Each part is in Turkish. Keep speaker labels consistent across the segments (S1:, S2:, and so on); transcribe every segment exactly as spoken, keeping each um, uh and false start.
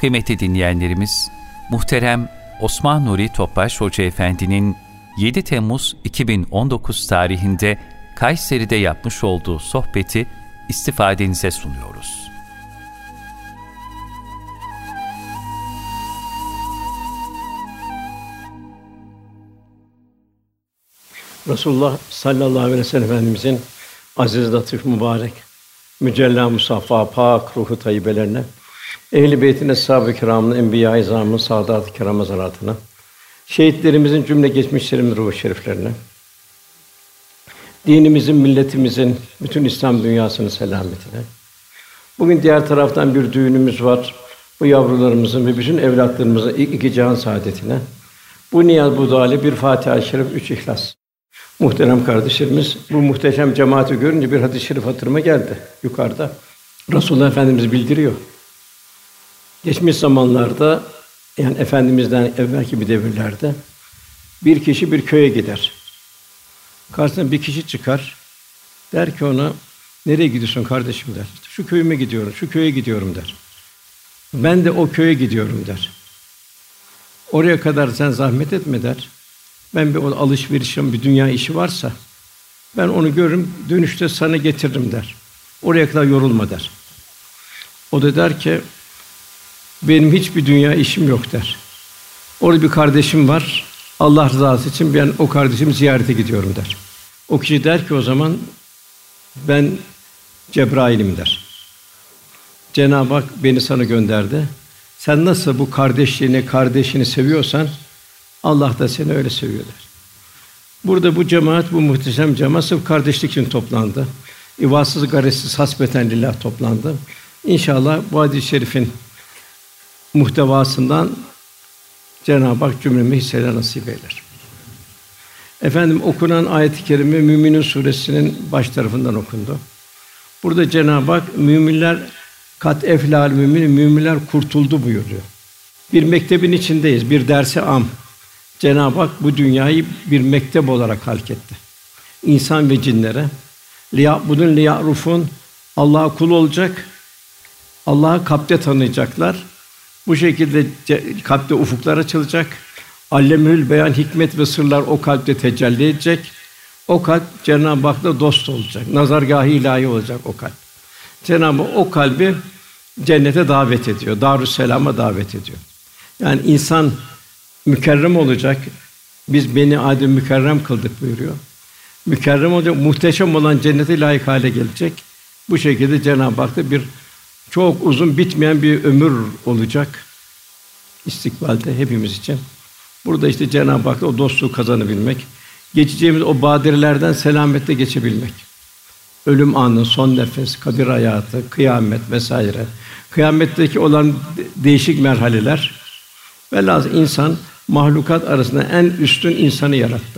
S1: Kıymetli dinleyenlerimiz, muhterem Osman Nuri Topbaş Hoca Efendi'nin yedi Temmuz iki bin on dokuz tarihinde Kayseri'de yapmış olduğu sohbeti istifadenize sunuyoruz.
S2: Resulullah sallallahu aleyhi ve sellem Efendimizin aziz, latif, mübarek, mücella, musaffa, pak ruhu tayyibelerine, ehl-i beytin, eshâb-ı kirâmın, enbiya-i izâmın, saadat-ı kirâm hazaratına, şehitlerimizin cümle geçmişlerimizin ruhu şeriflerine, dinimizin, milletimizin, bütün İslam dünyasının selametine. Bugün diğer taraftan bir düğünümüz var. Bu yavrularımızın ve bütün evlatlarımızın ilk iki cihan saadetine. Bu niyaz, bu dua ile bir Fatiha-i Şerif, üç İhlas. Muhterem kardeşlerimiz, bu muhteşem cemaati görünce bir hadis-i şerif hatırıma geldi yukarıda. Resulullah Efendimiz bildiriyor. Geçmiş zamanlarda, yani Efendimiz'den evvelki bir devirlerde bir kişi bir köye gider. Karşısına bir kişi çıkar. Der ki ona, "Nereye gidiyorsun kardeşim?" der. "Şu köyüme gidiyorum, şu köye gidiyorum." der. "Ben de o köye gidiyorum." der. "Oraya kadar sen zahmet etme." der. "Ben bir o alışverişim, bir dünya işi varsa ben onu görürüm, dönüşte sana getiririm." der. "Oraya kadar yorulma." der. O da der ki, "Benim hiçbir dünya işim yok." der. "Orada bir kardeşim var. Allah rızası için ben o kardeşimi ziyarete gidiyorum." der. O kişi der ki o zaman, "Ben Cebrail'im." der. "Cenab-ı Hak beni sana gönderdi. Sen nasıl bu kardeşliğini, kardeşini seviyorsan Allah da seni öyle seviyor." der. Burada bu cemaat, bu muhteşem cemaat sırf kardeşlik için toplandı. İvasız, garezsiz, hasbeten lillah toplandı. İnşallah bu hadis-i şerifin muhtevasından Cenab-ı Hak cümlemize hisseler nasip eyler. Efendim okunan ayet-i kerime Müminin suresinin baş tarafından okundu. Burada Cenab-ı Hak müminler kat eflâl mümin, müminler kurtuldu buyuruyor. Bir mektebin içindeyiz, bir dersi am. Cenab-ı Hak bu dünyayı bir mektep olarak halketti. İnsan ve cinlere liya'budun liya'rufun, Allah'a kul olacak, Allah'ı kalpte tanıyacaklar. Bu şekilde kalpte ufuklar açılacak. Allemül beyan, hikmet ve sırlar o kalpte tecelli edecek. O kalp Cenab-ı Hak'la dost olacak. Nazargâh-ı ilahi olacak o kalp. Cenab-ı Hak o kalbi cennete davet ediyor. Darüsselam'a davet ediyor. Yani insan mükerrem olacak. Biz Beni Adem mükerrem kıldık buyuruyor. Mükerrem olacak, muhteşem olan cennete layık hale gelecek. Bu şekilde Cenab-ı Hak'ta bir çok uzun bitmeyen bir ömür olacak istikbalde hepimiz için. Burada işte Cenab-ı Hak'la o dostluğu kazanabilmek, geçeceğimiz o badirelerden selametle geçebilmek. Ölüm anı, son nefes, kabir hayatı, kıyamet vesaire. Kıyametteki olan değişik merhaleler. Velhâsıl insan mahlukat arasında en üstün insanı yarattı.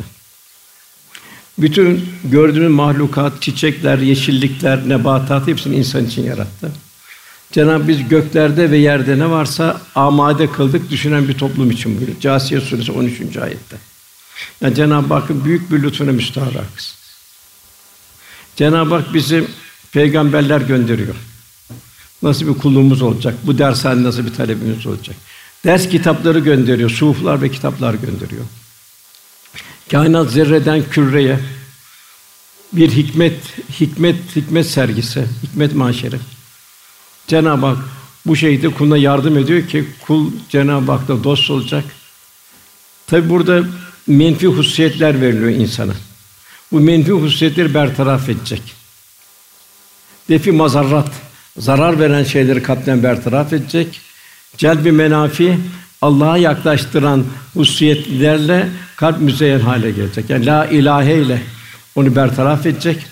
S2: Bütün gördüğünüz mahlukat, çiçekler, yeşillikler, nebatat hepsini insan için yarattı. Cenab-ı biz göklerde ve yerde ne varsa amade kıldık düşünen bir toplum için buyuruyor. Câsiye suresi on üçüncü ayette. Yani Cenab-ı Hakk'ın büyük bir lütfuna müstaharakız. Cenab-ı Hak bizi peygamberler gönderiyor. Nasıl bir kulluğumuz olacak? Bu dershane nasıl bir talebimiz olacak? Ders kitapları gönderiyor, suhuflar ve kitaplar gönderiyor. Kainat zerreden küreye bir hikmet, hikmet, hikmet sergisi, hikmet mahşeri. Cenab-ı Hak bu şekilde kuluna yardım ediyor ki kul Cenab-ı Hak'la dost olacak. Tabi burada menfi hususiyetler veriliyor insana. Bu menfi hususiyetleri bertaraf edecek. Defi mazarrat, zarar veren şeyleri kalpten bertaraf edecek. Celb-i menafi, Allah'a yaklaştıran hususiyetlerle kalp müzeyyen hale gelecek. Yani la ilahe ile onu bertaraf edecek.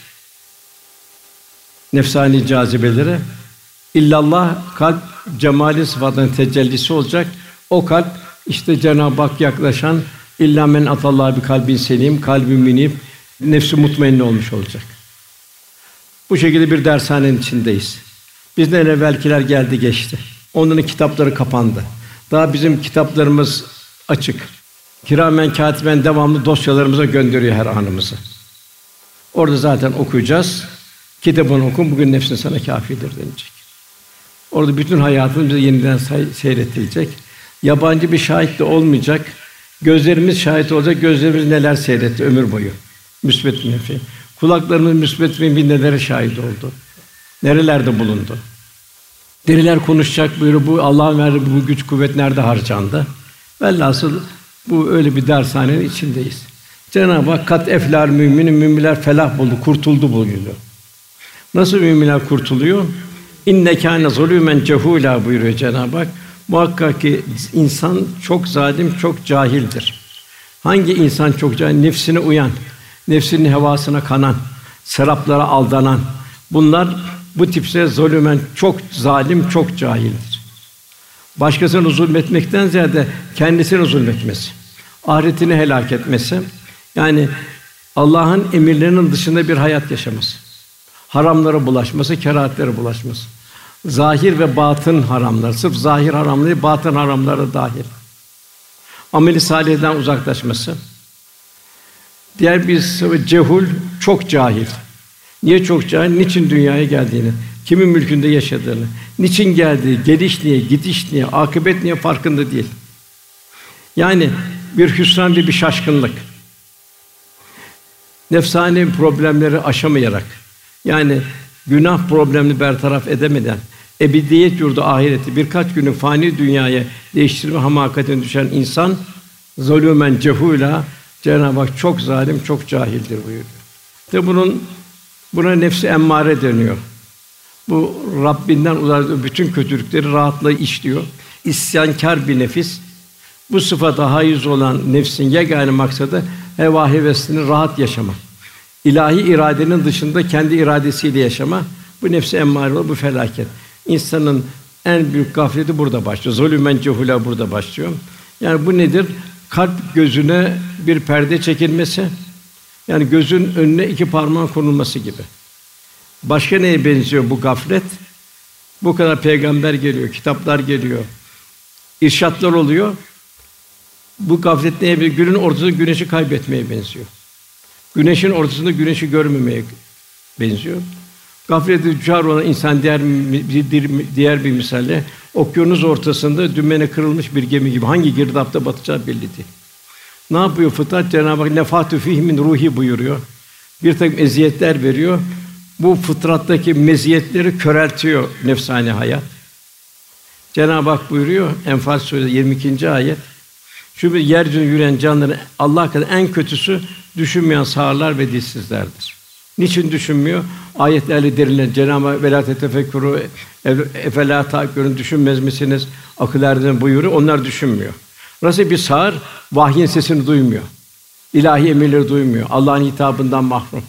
S2: Nefsani cazibeleri. İllallah kalp cemali sıfatının tecellisi olacak. O kalp işte Cenab-ı Hak yaklaşan illa men atallah bi kalbin selim, kalbi münib, nefsi mutmainne olmuş olacak. Bu şekilde bir dershanenin içindeyiz. Bizden evvelkiler geldi geçti. Onların kitapları kapandı. Daha bizim kitaplarımız açık. Kiramen kâtiben devamlı dosyalarımıza gönderiyor her anımızı. Orada zaten okuyacağız. Kitabını okun, bugün nefsin sana kâfidir denilecek. Orada bütün hayatımız bize yeniden say- seyrettirecek. Yabancı bir şahit de olmayacak. Gözlerimiz şahit olacak. Gözlerimiz neler seyretti ömür boyu. Müsbet menfi. Kulaklarımız müsbet menfi nelere şahit oldu. Nerelerde bulundu. Deriler konuşacak buyuruyor. Bu Allah'ın verdiği bu güç kuvvet nerede harcandı? Velhasıl bu öyle bir dershanenin içindeyiz. Cenab-ı Hak kat eflal müminin müminler felah buldu, kurtuldu buyuruyor. Nasıl müminler kurtuluyor? İnne kâne zulûmen cehûlâ buyuruyor Cenab-ı Hak. Muhakkak ki insan çok zalim, çok cahildir. Hangi insan çok cahil? Nefsine uyan, nefsinin hevasına kanan, seraplara aldanan. Bunlar bu tipse zulümen çok zalim, çok cahildir. Başkasına zulmetmekten ziyade kendisine zulmetmesi, ahiretini helak etmesi, yani Allah'ın emirlerinin dışında bir hayat yaşaması, haramlara bulaşması, kerahatlere bulaşması, zahir ve batın haramlar, sırf zahir haramları, batın haramları dahil, ameli salihden uzaklaşması. Diğer bir sıvı cehul, çok cahil. Niye çok cahil? Niçin dünyaya geldiğini, kimin mülkünde yaşadığını, niçin geldiği, geliş niye, gidiş niye, akıbet niye farkında değil. Yani bir hüsran, bir, bir şaşkınlık. Nefsani problemleri aşamayarak, yani günah problemini bertaraf edemeden, ebediyet yurdu ahireti birkaç günlük fani dünyaya değiştirme hamakatine düşen insan zulümen cehûlâ, Cenab-ı Hak çok zalim, çok cahildir buyuruyor. İşte bunun buna nefs-i emmare deniyor. Bu Rabbinden uzak bütün kötülükleri rahatla işliyor. İsyankâr bir nefis. Bu sıfata haiz olan nefsin yegâne maksadı heva hevesini rahat yaşamak. İlahi iradenin dışında kendi iradesiyle yaşama. Bu nefs-i emmare, bu felaket. İnsanın en büyük gafleti burada başlıyor. Zulümen cehûlâ burada başlıyor. Yani bu nedir? Kalp gözüne bir perde çekilmesi. Yani gözün önüne iki parmağın konulması gibi. Başka neye benziyor bu gaflet? Bu kadar peygamber geliyor, kitaplar geliyor, irşatlar oluyor. Bu gaflet neye benziyor? Günün ortasında güneşi kaybetmeye benziyor. Güneşin ortasında güneşi görmemeye benziyor. Gaflete düçar olan insan diğer diğer bir misalle okyanus ortasında dümene kırılmış bir gemi gibi, hangi girdapta batacağı belli değil. Ne yapıyor fıtrat? Cenab-ı Hak nefâtu fîhî min ruhi buyuruyor. Bir takım eziyetler veriyor. Bu fıtrattaki meziyetleri köreltiyor nefsani hayat. Cenab-ı Hak buyuruyor Enfal Suresi yirmi ikinci ayet. Şu bir yeryüzünde yürüyen canlıların Allah kadar en kötüsü düşünmeyen sağırlar ve dilsizlerdir. Niçin düşünmüyor? Ayetlerle derinler. Cenab-ı Hak velâ tetefekkürû efelâ ta'kûlûn, düşünmez misiniz? Akıl erdin buyuruyor. Onlar düşünmüyor. Nasıl bir sağır vahyin sesini duymuyor. İlahi emirleri duymuyor. Allah'ın hitabından mahrum.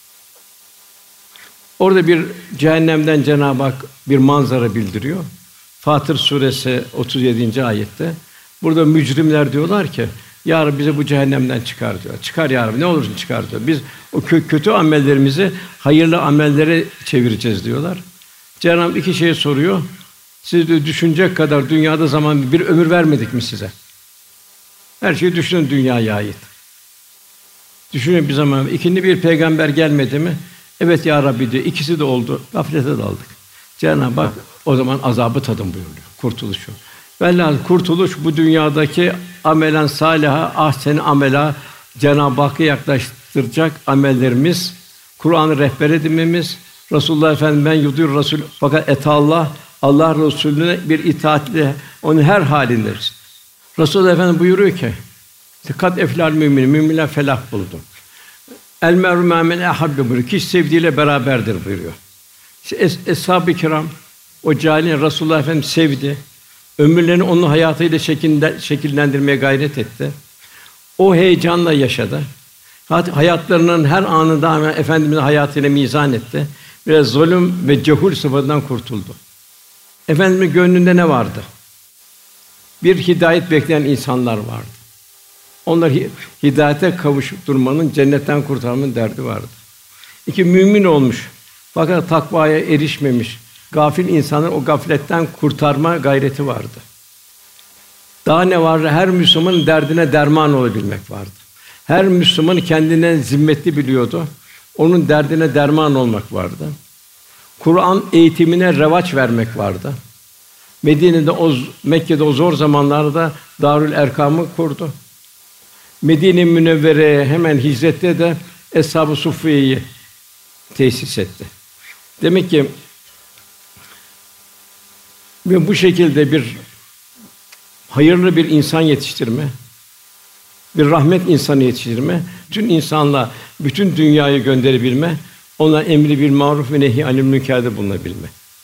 S2: Orada bir cehennemden Cenab-ı Hak bir manzara bildiriyor. Fatır Suresi otuz yedinci ayette. Burada mücrimler diyorlar ki, Ya Rabbi bize bu cehennemden çıkar diyor. Çıkar ya Rabbi, ne olursun çıkar diyor. Biz o kö- kötü amellerimizi hayırlı amellere çevireceğiz diyorlar. Cenab-ı Hak iki şey soruyor. Siz de düşünecek kadar dünyada zaman bir ömür vermedik mi size? Her şeyi düşünün dünyaya ait. Düşünün bir zaman. İkinci bir peygamber gelmedi mi? Evet ya Rabbi diyor. İkisi de oldu. Gaflete daldık. Cenab-ı Hak o zaman azabı tadın buyuruyor. Kurtuluşu. Velhâsıl kurtuluş bu dünyadaki amelen sâliha, ahsen amela Cenab-ı Hakk'a yaklaştıracak amellerimiz, Kur'an'ı rehber edinmemiz, Resulullah Efendimiz ben yudur Resul fakat etallah Allah Resulüne bir itaatle onun her halindedir. Resulullah Efendimiz buyuruyor ki: "Kat eflal mümin, müminler felah buldu. El meru men ahabbe buyuruyor. Kişi sevdiğiyle beraberdir buyuruyor. İşte es- Eshab-ı Kiram o cahilin Resulullah Efendimiz sevdi. Ömürlerini onun hayatıyla şekillendirmeye gayret etti. O heyecanla yaşadı. Hayatlarının her anında Efendimiz'in hayatıyla mizan etti. Biraz zulüm ve cehul sıfatından kurtuldu. Efendimiz'in gönlünde ne vardı? Bir hidayet bekleyen insanlar vardı. Onlar hidayete kavuşturmanın, cennetten kurtarmanın derdi vardı. İki, mümin olmuş fakat takvaya erişmemiş, gafil insanların o gafletten kurtarma gayreti vardı. Daha ne vardı? Her Müslümanın derdine derman olabilmek vardı. Her Müslüman kendinden zimmetli biliyordu. Onun derdine derman olmak vardı. Kur'an eğitimine revaç vermek vardı. Medine'de o Mekke'de o zor zamanlarda Darül Erkam'ı kurdu. Medine-i Münevvere'ye hemen hicrette de Eshab-ı Suffe'yi tesis etti. Demek ki ve bu şekilde bir hayırlı bir insan yetiştirme, bir rahmet insanı yetiştirme, bütün insanla bütün dünyayı gönderebilme, ona emri bil maruf ve nehy anil münker'de bulunabilme.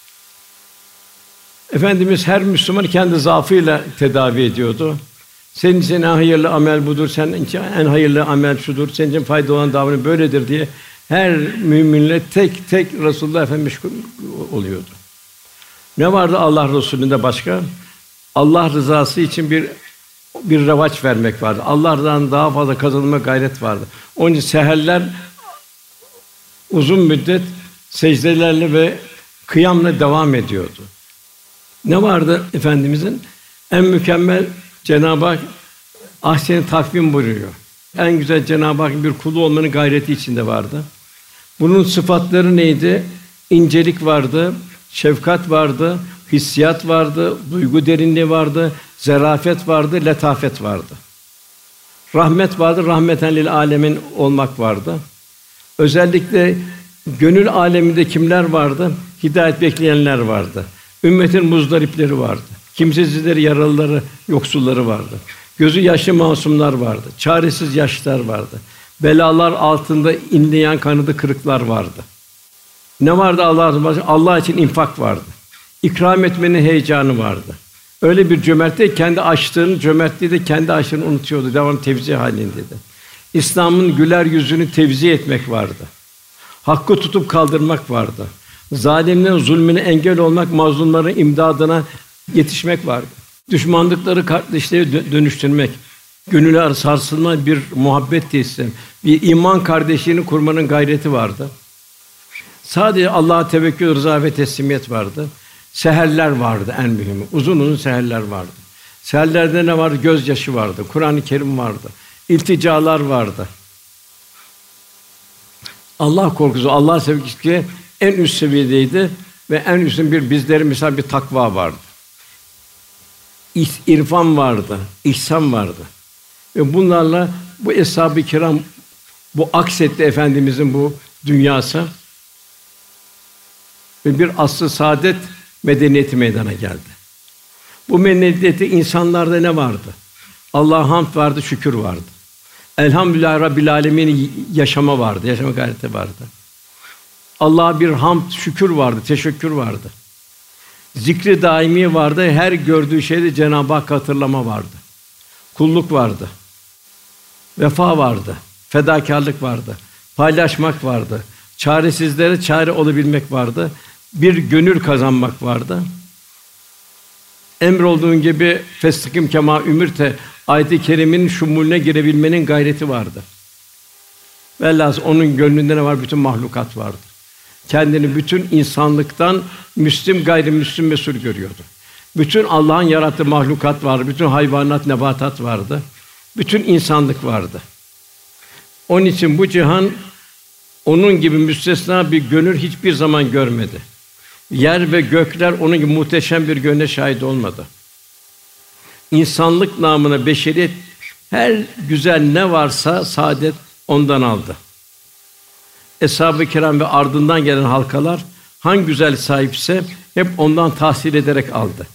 S2: Efendimiz her Müslümanı kendi zaafıyla tedavi ediyordu. Senin için en hayırlı amel budur, senin için en hayırlı amel şudur, senin için faydalı olan davranış böyledir diye her müminle tek tek Resulullah Efendimiz oluyordu. Ne vardı Allah Resulü'nde başka? Allah rızası için bir bir revaç vermek vardı. Allah'tan daha fazla kazanılma gayret vardı. Onun için seherler uzun müddet secdelerle ve kıyamla devam ediyordu. Ne vardı Efendimizin? En mükemmel Cenab-ı Hak ahsen-i takvim buyuruyor. En güzel Cenab-ı Hakk'ın bir kulu olmanın gayreti içinde vardı. Bunun sıfatları neydi? İncelik vardı, şefkat vardı, hissiyat vardı, duygu derinliği vardı, zarafet vardı, letafet vardı. Rahmet vardı, rahmeten lil âlemin olmak vardı. Özellikle gönül âleminde kimler vardı? Hidayet bekleyenler vardı. Ümmetin muzdaripleri vardı. Kimsesizleri, yaralıları, yoksulları vardı. Gözü yaşlı masumlar vardı. Çaresiz yaşlılar vardı. Belalar altında inleyen kanadı kırıklar vardı. Ne vardı Allah'ın Allah için infak vardı. İkram etmenin heyecanı vardı. Öyle bir cömertlik kendi açtığını, cömertliği de kendi açtığını unutuyordu. Devamlı tevzi halindeydi. İslam'ın güler yüzünü tevzi etmek vardı. Hakkı tutup kaldırmak vardı. Zalimlerin zulmüne engel olmak, mazlumların imdadına yetişmek vardı. Düşmanlıkları kardeşliğe dönüştürmek, gönüller sarsılma bir muhabbet tesisi, bir iman kardeşliğini kurmanın gayreti vardı. Sadece Allah'a tevekkül, rıza ve teslimiyet vardı. Seherler vardı en mühimi. Uzun uzun seherler vardı. Seherlerde ne vardı? Gözyaşı vardı. Kur'an-ı Kerim vardı. İlticalar vardı. Allah korkusu, Allah sevgisi en üst seviyedeydi ve en üstün bir bizlerin misal bir takva vardı. İrfan vardı, ihsan vardı. Ve bunlarla bu eshab-ı kiram bu aksetti Efendimizin bu dünyası ve bir asr-ı saadet medeniyeti meydana geldi. Bu medeniyette insanlarda ne vardı? Allah'a hamd vardı, şükür vardı. Elhamdülillah Rabbil Âlemin yaşama vardı, yaşama gayreti vardı. Allah'a bir hamd, şükür vardı, teşekkür vardı. Zikri daimi vardı, her gördüğü şeyde Cenab-ı Hak hatırlama vardı. Kulluk vardı. Vefa vardı, fedakârlık vardı. Paylaşmak vardı. Çaresizlere çare olabilmek vardı. Bir gönül kazanmak vardı. Emrolduğun gibi festikim kema ümürte ayet-i kerimenin şumulüne girebilmenin gayreti vardı. Velhâsıl onun gönlünde ne var? Bütün mahlukat vardı. Kendini bütün insanlıktan müslim gayrimüslim mesul görüyordu. Bütün Allah'ın yarattığı mahlukat vardı. Bütün hayvanat, nebatat vardı. Bütün insanlık vardı. Onun için bu cihan onun gibi müstesna bir gönül hiçbir zaman görmedi. Yer ve gökler onun gibi muhteşem bir gönle şahit olmadı. İnsanlık namına beşeriyet her güzel ne varsa saadet ondan aldı. Eshab-ı kiram ve ardından gelen halkalar hangi güzel sahipse hep ondan tahsil ederek aldı.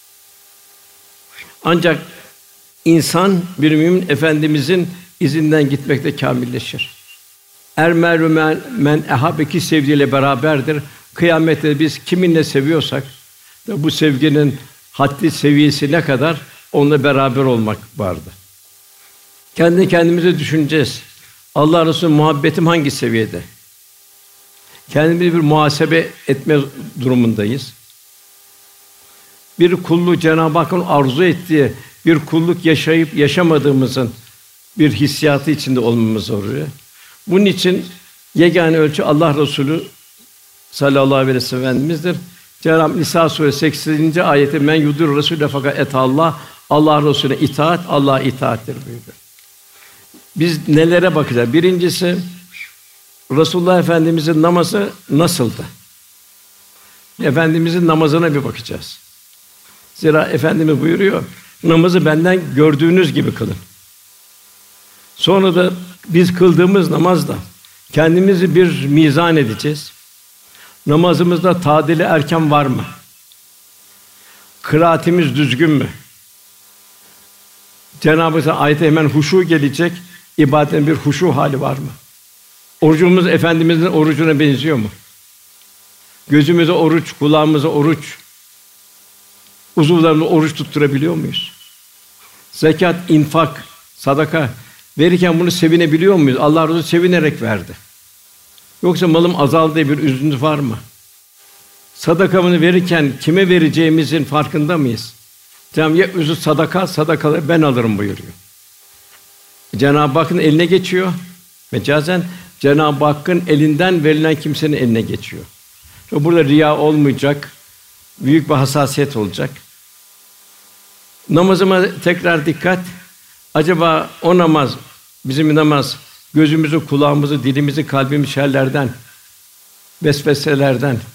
S2: Ancak insan bir mümin Efendimizin izinden gitmekte kâmilleşir. Er mer'u men ehabeki sevdiğiyle beraberdir. Kıyamette biz kiminle seviyorsak ve bu sevginin haddi seviyesi ne kadar onunla beraber olmak vardı. Kendi kendimize düşüneceğiz. Allah Resulü muhabbetim hangi seviyede? Kendimizi bir muhasebe etme durumundayız. Bir kulluğu Cenab-ı Hakk'ın arzu ettiği bir kulluk yaşayıp yaşamadığımızın bir hissiyatı içinde olmamız oluyor. Bunun için yegâne ölçü Allah Resulü sallallahu aleyhi ve sellem Efendimiz'dir. Cenab-ı Nisa suresi sekseninci ayeti men yudur Resûle fakat et Allah Allah Resulüne itaat Allah'a itaattir buyuruyor. Biz nelere bakacağız? Birincisi Resulullah Efendimizin namazı nasıldı? Efendimizin namazına bir bakacağız. Zira Efendimiz buyuruyor, namazı benden gördüğünüz gibi kılın. Sonra da biz kıldığımız namazda kendimizi bir mizan edeceğiz. Namazımızda tadili erken var mı? Kıraatimiz düzgün mü? Cenab-ı Hak ayet-i hemen huşu gelecek, ibadetin bir huşu hali var mı? Orucumuz Efendimizin orucuna benziyor mu? Gözümüze oruç, kulağımıza oruç, uzuvlarımıza oruç tutturabiliyor muyuz? Zekat, infak, sadaka verirken bunu sevinebiliyor muyuz? Allah Resulü sevinerek verdi. Yoksa malım azaldı diye bir üzüntü var mı? Sadakamızı verirken kime vereceğimizin farkında mıyız? Cenab-ı Hak "Ye'üzü sadaka, sadakaları ben alırım" buyuruyor. Cenab-ı Hakk'ın eline geçiyor. Mecazen Cenab-ı Hakk'ın elinden verilen kimsenin eline geçiyor. İşte burada riya olmayacak, büyük bir hassasiyet olacak. Namazıma tekrar dikkat. Acaba o namaz, bizim namaz, gözümüzü, kulağımızı, dilimizi, kalbimizi şerlerden, vesveselerden,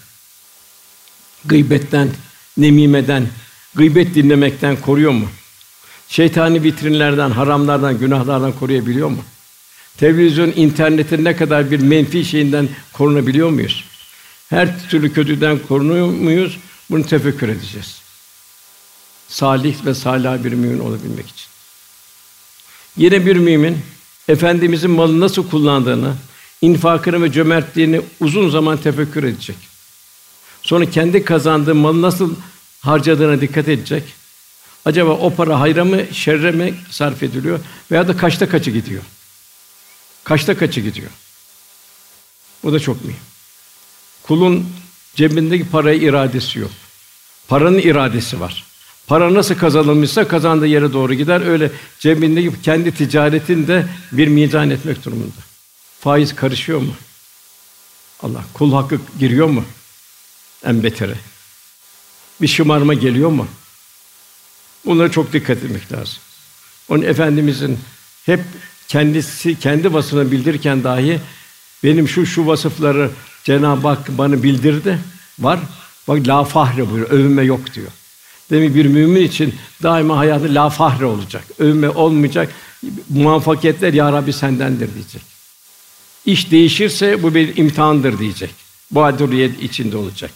S2: gıybetten, nemimeden, gıybet dinlemekten koruyor mu? Şeytani vitrinlerden, haramlardan, günahlardan koruyabiliyor mu? Televizyon, internetin ne kadar bir menfi şeyinden korunabiliyor muyuz? Her türlü kötüden korunuyor muyuz? Bunu tefekkür edeceğiz. Salih ve salih bir mümin olabilmek için. Yine bir mümin Efendimizin malı nasıl kullandığını, infakını ve cömertliğini uzun zaman tefekkür edecek. Sonra kendi kazandığı malı nasıl harcadığına dikkat edecek. Acaba o para hayra mı, şerre mi sarf ediliyor veya da kaçta kaçı gidiyor? Kaçta kaçı gidiyor? Bu da çok mühim. Kulun cebindeki paraya iradesi yok. Paranın iradesi var. Para nasıl kazanılmışsa kazandığı yere doğru gider. Öyle cebindeki kendi ticaretini de bir mizan etmek durumunda. Faiz karışıyor mu? Allah, kul hakkı giriyor mu? En beteri. Bir şımarma geliyor mu? Bunlara çok dikkat etmek lazım. Onun Efendimizin hep kendisi kendi vasfını bildirirken dahi benim şu şu vasıfları Cenab-ı Hak bana bildirdi. Var. Bak la fahre buyuruyor. Övünme yok diyor. Demek bir mümin için daima hayatı la fahre olacak. Övünme olmayacak. Muvaffakiyetler ya Rabbi sendendir diyecek. İş değişirse bu bir imtihandır diyecek. Bu aduriyet içinde olacak.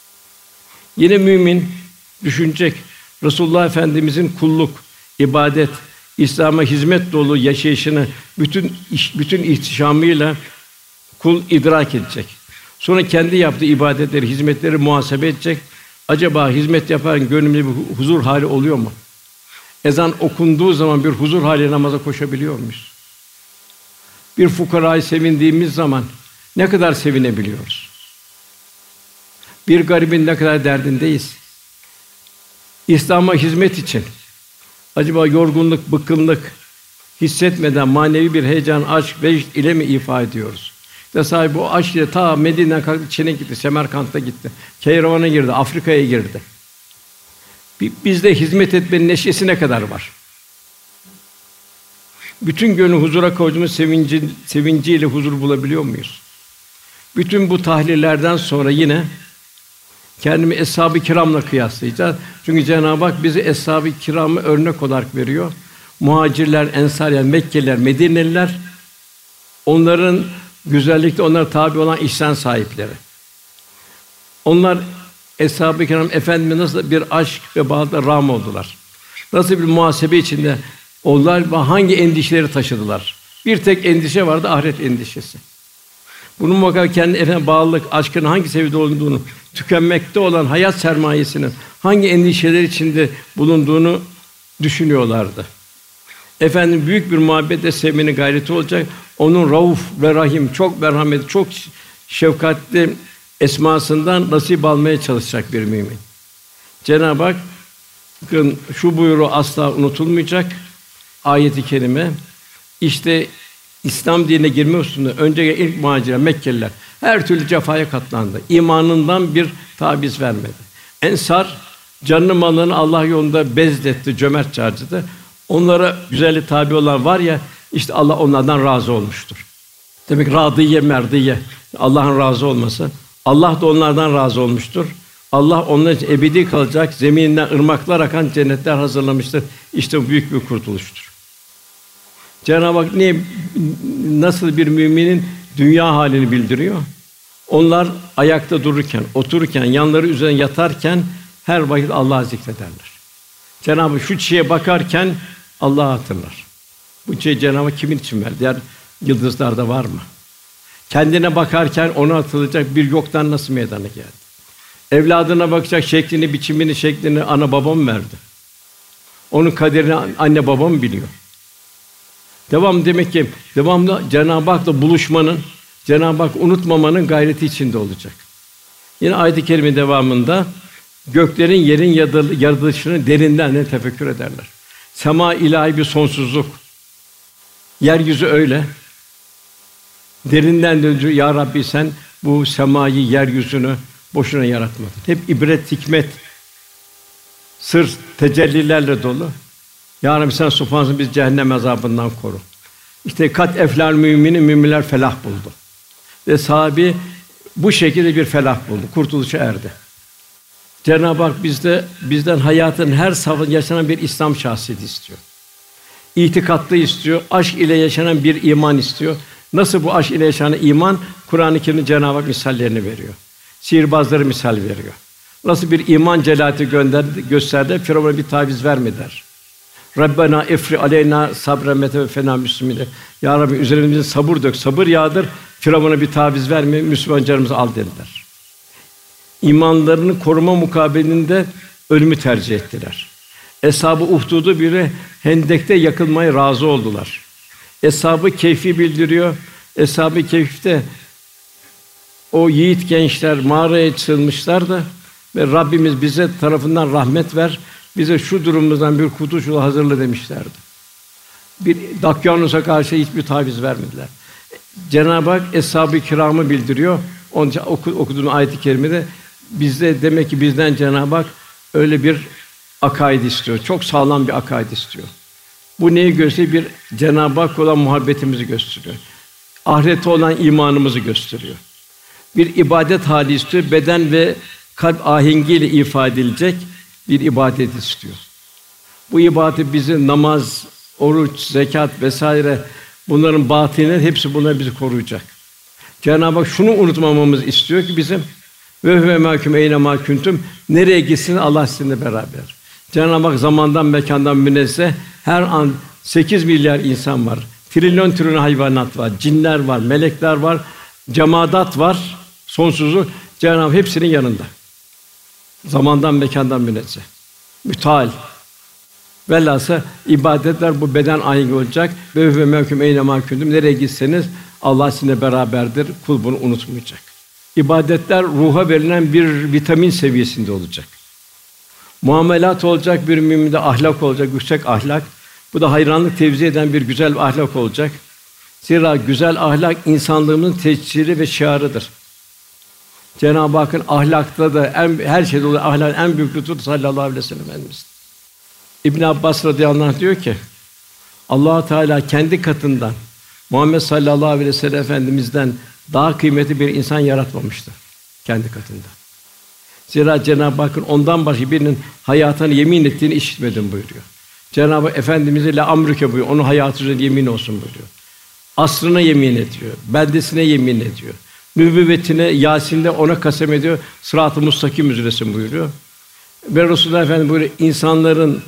S2: Yine mümin düşünecek. Resulullah Efendimizin kulluk, ibadet, İslam'a hizmet dolu yaşayışını bütün iş, bütün ihtişamıyla kul idrak edecek. Sonra kendi yaptığı ibadetleri, hizmetleri muhasebe edecek. Acaba hizmet yaparken gönlümde bir huzur hali oluyor mu? Ezan okunduğu zaman bir huzur hali namaza koşabiliyor muyuz? Bir fukarayı sevindiğimiz zaman ne kadar sevinebiliyoruz? Bir garibin ne kadar derdindeyiz? İslam'a hizmet için acaba yorgunluk, bıkkınlık hissetmeden manevi bir heyecan, aşk, vecd ile mi ifa ediyoruz? İşte sahibi o aşk ile ta Medine'den kalktı, Çin'e gitti, Semerkant'a gitti, Keyravana girdi, Afrika'ya girdi. Bizde hizmet etmenin neşesi ne kadar var? Bütün gönlü huzura koyduğumuz sevinci, sevinciyle huzur bulabiliyor muyuz? Bütün bu tahlillerden sonra yine kendimi eshab-ı kiramla kıyaslayacağız. Çünkü Cenab-ı Hak bizi eshab-ı kiramı örnek olarak veriyor. Muhacirler, ensar yani Mekkeliler, Medineliler onların güzellikte onlara tabi olan ihsan sahipleri. Onlar eshab-ı kiram Efendimiz nasıl bir aşk ve bağda râm oldular. Nasıl bir muhasebe içinde oldular ve hangi endişeleri taşıdılar. Bir tek endişe vardı, ahiret endişesi. Bunun muhakkak kendi efendim bağlılık, aşkın hangi seviyede olduğunu, tükenmekte olan hayat sermayesinin hangi endişeler içinde bulunduğunu düşünüyorlardı. Efendim büyük bir muhabbetle sevmenin gayreti olacak. Onun Rauf ve Rahim, çok merhametli, çok şefkatli esmasından nasip almaya çalışacak bir mümin. Cenab-ı Hakk'ın şu buyruğu asla unutulmayacak. Ayet-i kerime işte İslam dinine girme hususunda önce ilk muhacirler Mekkeliler her türlü cefaya katlandı. İmanından bir taviz vermedi. Ensar canını malını Allah yolunda bezletti, cömertçe harcadı. Onlara güzellik tabi olan var ya, işte Allah onlardan razı olmuştur. Demek râdiye merdiye, Allah'ın razı olması. Allah da onlardan razı olmuştur. Allah onlar için ebedi kalacak, zemininden ırmaklar akan cennetler hazırlamıştır. İşte bu büyük bir kurtuluştur. Cenab-ı Hak niye, nasıl bir müminin dünya halini bildiriyor? Onlar ayakta dururken, otururken, yanları üzerine yatarken her vakit Allah'ı zikrederler. Cenab-ı Hak şu çiçeğe bakarken Allah'ı hatırlar. Bu çiçeği Cenab-ı Hak kimin için verdi? Diğer yıldızlarda var mı? Kendine bakarken onu hatırlayacak, bir yoktan nasıl meydana geldi? Evladına bakacak, şeklini, biçimini, şeklini ana babam verdi. Onun kaderini anne babam biliyor. Devam demek ki devamlı Cenab-ı Hak'la buluşmanın, Cenab-ı Hak unutmamanın gayreti içinde olacak. Yine ayet-i kerime devamında göklerin yerin yaratılışını derinden de tefekkür ederler. Sema ilahi bir sonsuzluk. Yeryüzü öyle. Derinden de ya Rabbi sen bu semayı, yeryüzünü boşuna yaratmadın. Hep ibret, hikmet, sır, tecellilerle dolu. Ya Rabbi sen subhansın, biz cehennem azabından koru. İşte kat eflal müminin, müminler felah buldu. Ve sahabi bu şekilde bir felah buldu, kurtuluşa erdi. Cenab-ı Hak bizde bizden hayatın her safhasında yaşanan bir İslam şahsiyeti istiyor. İtikatlı istiyor, aşk ile yaşanan bir iman istiyor. Nasıl bu aşk ile yaşanan iman? Kur'an-ı Kerim'de Cenab-ı Hak misallerini veriyor. Sihirbazları misal veriyor. Nasıl bir iman celati gönderdi, gösterdi, Firavun'a bir taviz vermediler. Rabbena efri aleyna sabren ve teveffena müslimine. Ya Rabbi üzerimize sabır dök, sabır yağdır. Firavun'a bir taviz verme, Müslüman canımızı al dediler. İmanlarını koruma mukabilinde ölümü tercih ettiler. Eshab-ı Uhdud'u biri Hendek'te yakılmaya razı oldular. Eshab-ı Kehf'i bildiriyor. Eshab-ı Kehf'te o yiğit gençler mağaraya sığınmışlar da ve Rabbimiz bize tarafından rahmet ver, bize şu durumumuzdan bir kurtuluş yolu hazırla demişlerdi. Bir Dakyanus'a karşı hiçbir taviz vermediler. Cenab-ı Hak Eshab-ı Kiram'ı bildiriyor. Onun için oku, okuduğum ayet-i kerimede bizde demek ki bizden Cenab-ı Hak öyle bir akaid istiyor. Çok sağlam bir akaid istiyor. Bu neyi gösteriyor? Bir Cenab-ı Hak olan muhabbetimizi gösteriyor. Ahirete olan imanımızı gösteriyor. Bir ibadet hali istiyor. Beden ve kalp ahengiyle ifade edilecek bir ibadet istiyor. Bu ibadet bizi namaz, oruç, zekat vesaire bunların batini hepsi bunlar bizi koruyacak. Cenab-ı Hak şunu unutmamamızı istiyor ki bizim ve huve mâküm eyne mâ kuntum, nereye gitsin Allah sizinle beraber. Cenab-ı Hak zamandan mekandan münezzeh, her an sekiz milyar insan var. Trilyon trilyon hayvanat var, cinler var, melekler var, cemaat var, sonsuzluk. Cenab-ı Hak hepsinin yanında. Zamandan mekandan münezzeh. Müteal. Velhâsıl ibadetler bu beden ahengi olacak. Ve huve mâküm eyne mâ kuntum, nereye gitseniz Allah sizinle beraberdir. Kul bunu unutmayacak. İbadetler ruha verilen bir vitamin seviyesinde olacak. Muamelat olacak, bir müminde ahlak olacak, yüksek ahlak. Bu da hayranlık tevzi eden bir güzel bir ahlak olacak. Zira güzel ahlak insanlığımızın tescili ve şiarıdır. Cenab-ı Hakk'ın ahlakta da en, her şeyde olan ahlakın en büyük lütfu sallallahu aleyhi ve sellem Efendimiz. İbn Abbas radıyallahu anh diyor ki Allah Teala kendi katından Muhammed sallallahu aleyhi ve sellem Efendimiz'den daha kıymetli bir insan yaratmamıştı kendi katında. Zira Cenab-ı Hakk'ın ondan başka birinin hayatına yemin ettiğini işitmedim buyuruyor. Cenab-ı Hak Efendimiz'e la amrüke buyuruyor. Onun hayatı üzerine yemin olsun buyuruyor. Asrına yemin ediyor. Beldesine yemin ediyor. Nübüvvetine, Yâsin'de ona kasem ediyor. Sırat-ı mustakim üzresin buyuruyor. Ve Resulullah Efendimiz buyuruyor, insanların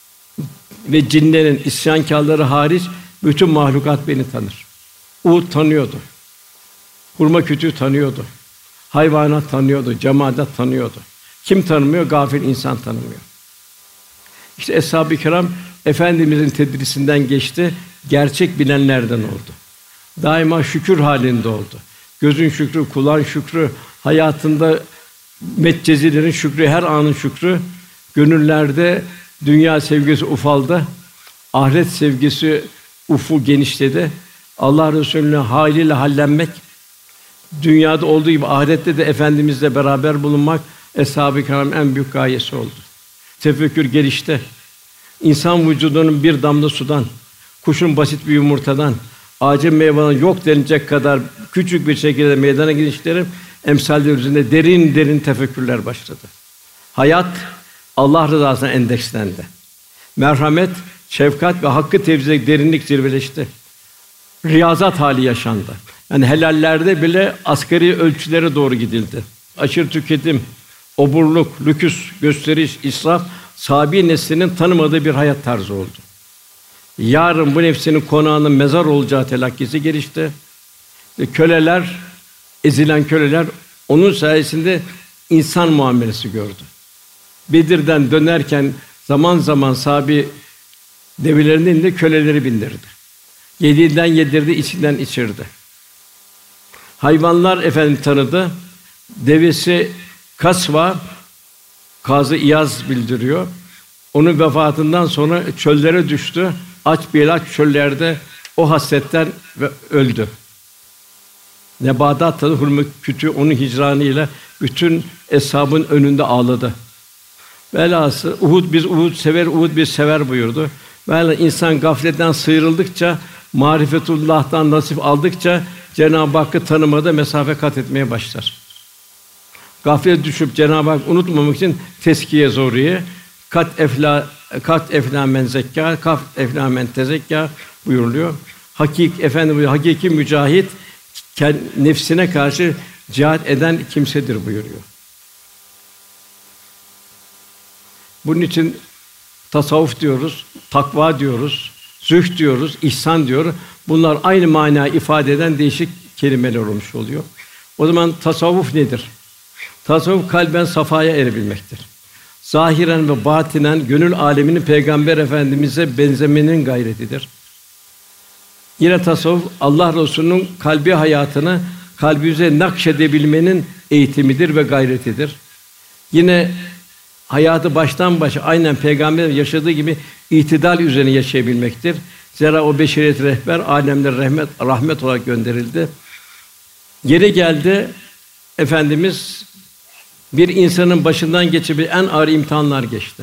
S2: ve cinlerin isyankârları hariç bütün mahlukat beni tanır. Uhud tanıyordu. Hurma kütüğü tanıyordu. Hayvanat tanıyordu, cemaat tanıyordu. Kim tanımıyor? Gafil insan tanımıyor. İşte Eshab-ı Kiram Efendimizin tedrisinden geçti, gerçek bilenlerden oldu. Daima şükür halinde oldu. Gözün şükrü, kulağın şükrü, hayatında metcezilerin şükrü, her anın şükrü, gönüllerde dünya sevgisi ufaldı, ahiret sevgisi ufu genişledi. Allah Resulü'nün haliyle hallenmek, dünyada olduğu gibi ahirette de Efendimizle beraber bulunmak Eshab-ı Kiram'ın en büyük gayesi oldu. Tefekkür gelişte. İnsan vücudunun bir damla sudan, kuşun basit bir yumurtadan, ağacın meyveden yok denilecek kadar küçük bir şekilde meydana gelişleri emsalleri üzerinde derin derin tefekkürler başladı. Hayat Allah rızasına endekslendi. Merhamet, şefkat ve hakkı tevzide derinlik zirveleşti. Riyazat hali yaşandı. Yani helallerde bile asgari ölçülere doğru gidildi. Aşırı tüketim, oburluk, lüküs, gösteriş, israf, sahabi neslinin tanımadığı bir hayat tarzı oldu. Yarın bu nefsinin konağının mezar olacağı telakkisi gelişti. Ve köleler, ezilen köleler onun sayesinde insan muamelesi gördü. Bedir'den dönerken zaman zaman sahabi develerinin elinde köleleri bindirdi. Yediğinden yedirdi, içinden içirdi. Hayvanlar efendim tanıdı. Devesi Kasva, Kazı İyaz bildiriyor. Onun vefatından sonra çöllere düştü. Aç bir aç çöllerde o hasretten ve öldü. Nebadat tadı hurma kütüğü onun hicranıyla bütün eshabın önünde ağladı. Velhasıl Uhud biz Uhud sever, Uhud biz sever buyurdu. Velhâsıl insan gafletten sıyrıldıkça, marifetullah'tan nasip aldıkça Cenab-ı Hakk'ı tanımada mesafe kat etmeye başlar. Gaflete düşüp Cenab-ı Hak unutmamak için teskiye zoriye, kat efla kat efla men zekka, kaf efla men tezekka buyuruluyor. Hakik efendim buyuruyor, hakiki mücahit nefsine karşı cihad eden kimsedir buyuruyor. Bunun için tasavvuf diyoruz, takva diyoruz, zühd diyoruz, ihsan diyoruz. Bunlar aynı manayı ifade eden değişik kelimeler olmuş oluyor. O zaman tasavvuf nedir? Tasavvuf kalben safaya erebilmektir. Zahiren ve batinen gönül âleminin Peygamber Efendimize benzemenin gayretidir. Yine tasavvuf Allah Resulü'nün kalbi hayatını kalbimize nakşedebilmenin eğitimidir ve gayretidir. Yine hayatı baştan başa aynen Peygamber yaşadığı gibi itidal üzerine yaşayabilmektir. Zira o beşeriyet rehber âlemlere rahmet rahmet olarak gönderildi. Yeri geldi Efendimiz bir insanın başından geçebilen en ağır imtihanlar geçti.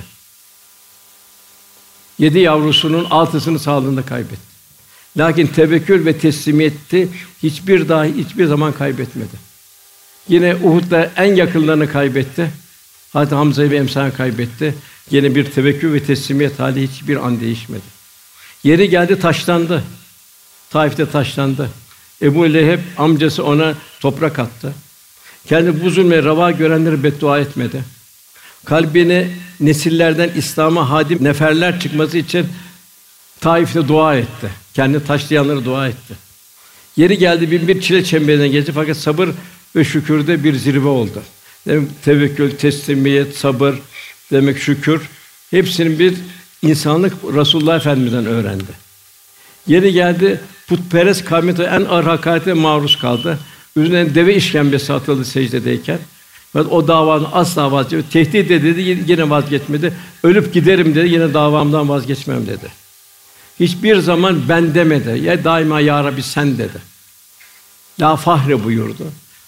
S2: Yedi yavrusunun altısını sağlığında kaybetti. Lakin tevekkül ve teslimiyeti hiçbir dahi hiçbir zaman kaybetmedi. Yine Uhud'da en yakınlarını kaybetti. Hazreti Hamza'yı ve emsalini kaybetti. Yine bir tevekkül ve teslimiyet hali hiçbir an değişmedi. Yeri geldi taşlandı. Taif'te taşlandı. Ebu Leheb amcası ona toprak attı. Kendi bu zulme reva görenlere beddua etmedi. Kalbine nesillerden İslam'a hadim neferler çıkması için Taif'te dua etti. Kendi taşlayanlara dua etti. Yeri geldi bin bir çile çemberine geçti fakat sabır ve şükürde bir zirve oldu. Demek tevekkül, teslimiyet, sabır, demek şükür hepsinin bir insanlık Resulullah Efendimiz'den öğrendi. Yeri geldi putperest kavmine en ağır hakarete maruz kaldı. Üzerine deve işkembesi atıldı secdedeyken. Fakat o davadan asla vazgeçmedi. Tehdit dedi, yine vazgeçmedi. Ölüp giderim dedi, yine davamdan vazgeçmem dedi. Hiçbir zaman ben demedi. Ya daima ya Rabbi sen dedi. La fahre buyurdu.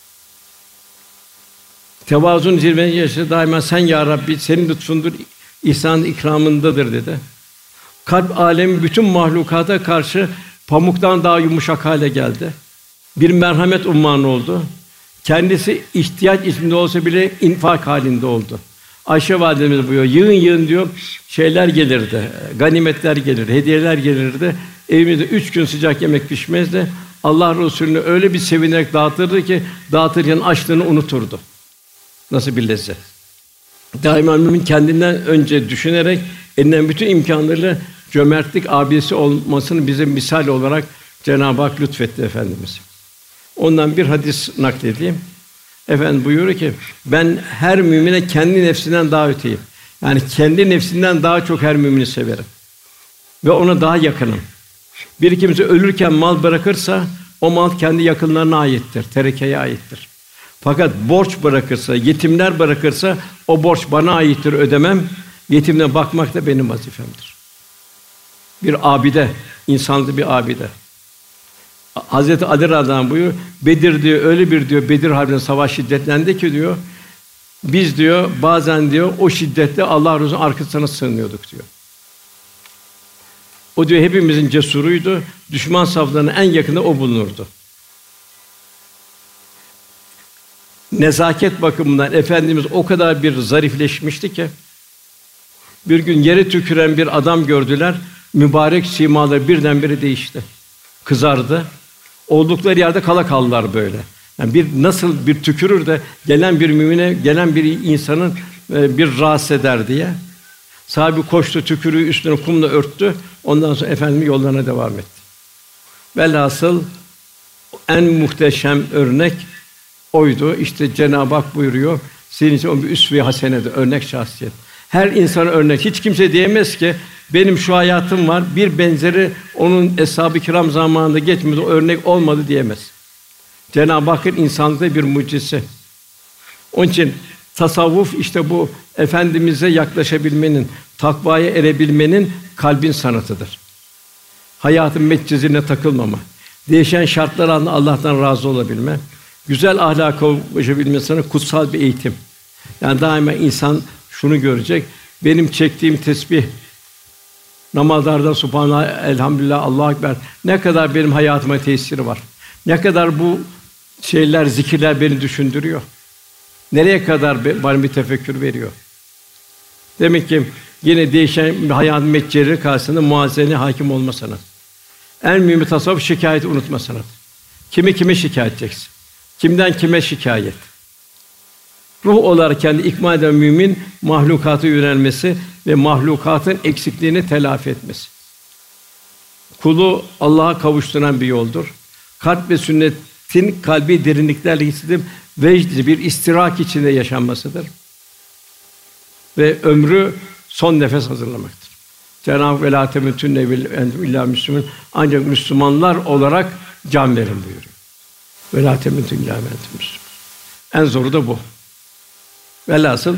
S2: Tevazun zirvesine yaşadı. Daima sen ya Rabbi senin lütfundur, ihsan ikramındadır dedi. Kalp alemi bütün mahlukata karşı pamuktan daha yumuşak hale geldi. Bir merhamet ummanı oldu. Kendisi ihtiyaç içinde olsa bile infak halinde oldu. Ayşe validemiz buyuruyor, yığın yığın diyor şeyler gelirdi, ganimetler gelirdi, hediyeler gelirdi. Evimizde üç gün sıcak yemek pişmezdi. Allah Resulü'nü öyle bir sevinerek dağıtırdı ki dağıtırken açlığını unuturdu. Nasıl bir lezzet? Daima mümin kendinden önce düşünerek elinden bütün imkânlarıyla cömertlik abidesi olmasını bize misal olarak Cenab-ı Hak lütfetti Efendimiz. Ondan bir hadis nakledeyim. Efendim buyuruyor ki ben her mümine kendi nefsinden daha öteyim. Yani kendi nefsinden daha çok her mümini severim. Ve ona daha yakınım. Bir kimse ölürken mal bırakırsa o mal kendi yakınlarına aittir, terekeye aittir. Fakat borç bırakırsa, yetimler bırakırsa o borç bana aittir, ödemem. Yetimine bakmak da benim vazifemdir. Bir abide, insanlı bir abide. Hazreti Ali radıyallahu anh buyuruyor, Bedir diyor öyle bir diyor Bedir Harbi'nde savaş şiddetlendi ki diyor biz diyor bazen diyor o şiddetle Allah Resulü'nün arkasına sığınıyorduk diyor. O diyor hepimizin cesuruydu. Düşman saflarının en yakında o bulunurdu. nezaket bakımından Efendimiz o kadar bir zarifleşmişti ki, bir gün yere tüküren bir adam gördüler, mübarek simaları birdenbire değişti. Kızardı. Oldukları yerde kala kaldılar böyle. Yani bir nasıl bir tükürür de gelen bir mümine, gelen bir insanın e, bir rahatsız eder diye. Sahabe koştu, tükürüğü üstüne kumla örttü. Ondan sonra Efendimiz yollarına devam etti. Velhasıl en muhteşem örnek oydu. İşte Cenab-ı Hak buyuruyor, senin için o bir üsve-i hasenedir, örnek şahsiyet. Her insana örnek. Hiç kimse diyemez ki benim şu hayatım var, bir benzeri onun eshab-ı kiram zamanında geçmedi, o örnek olmadı diyemez. Cenab-ı Hakk'ın insanlıkta bir mucizesi. Onun için tasavvuf işte bu Efendimiz'e yaklaşabilmenin, takvaya erebilmenin kalbin sanatıdır. Hayatın metcezine takılmama, değişen şartlar altında Allah'tan razı olabilme, güzel ahlaka ulaşabilme sana kutsal bir eğitim. Yani daima insan şunu görecek, benim çektiğim tesbih, namazlarda Subhanallah, elhamdülillah, Allahu ekber, ne kadar benim hayatıma tesiri var. Ne kadar bu şeyler, zikirler beni düşündürüyor. Nereye kadar bana bir tefekkür veriyor. Demek ki yine değişen hayatın metceleri karşısında muhazene hakim olma sanatı. En mühimi tasavvuf, şikayeti unutma sanatı. Kimi kime şikayet edeceksin? Kimden kime şikayet? Ruh olarak kendi ikmal eden mümin, mahlukata yönelmesi ve mahlukatın eksikliğini telafi etmesi. Kulu Allah'a kavuşturan bir yoldur. Kalp ve sünnetin kalbi derinliklerle hissedip vecd bir istirak içinde yaşanmasıdır. Ve ömrü son nefes hazırlamaktır. Cenab-ı Hak ve lâ temuttunne illâ müslümün, ancak Müslümanlar olarak can verin buyuruyor. Ve lâ temuttunne illâ müslümün. En zoru da bu. Velhasıl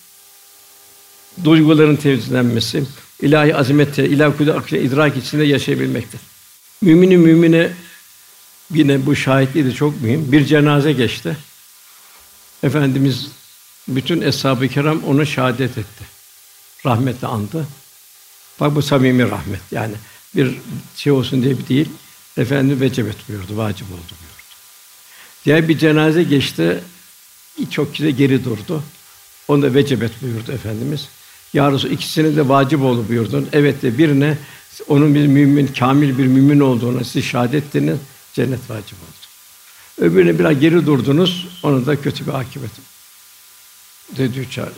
S2: duyguların temizlenmesi, ilahi azamette, ilahi kudret aklı idrak içinde yaşayabilmektir. Müminin mümine yine bu şahitliği de çok mühim. Bir cenaze geçti. Efendimiz bütün eshab-ı kiram ona şahadet etti. Rahmetle andı. Bak bu samimi rahmet. Yani bir şey olsun diye bir değil. Efendimiz vecebet buyurdu, vacip oldu buyurdu. Diğer bir cenaze geçti. Çok kişi de geri durdu. Onu da vecebet buyurdu Efendimiz. Ya Resulallah, ikisine de vacip oldu buyurdun. Evet de birine onun bir mümin, kâmil bir mümin olduğuna siz şahadet ettiniz, cennet vacip oldu. Öbürüne biraz geri durdunuz, ona da kötü bir akıbet dedi oldu.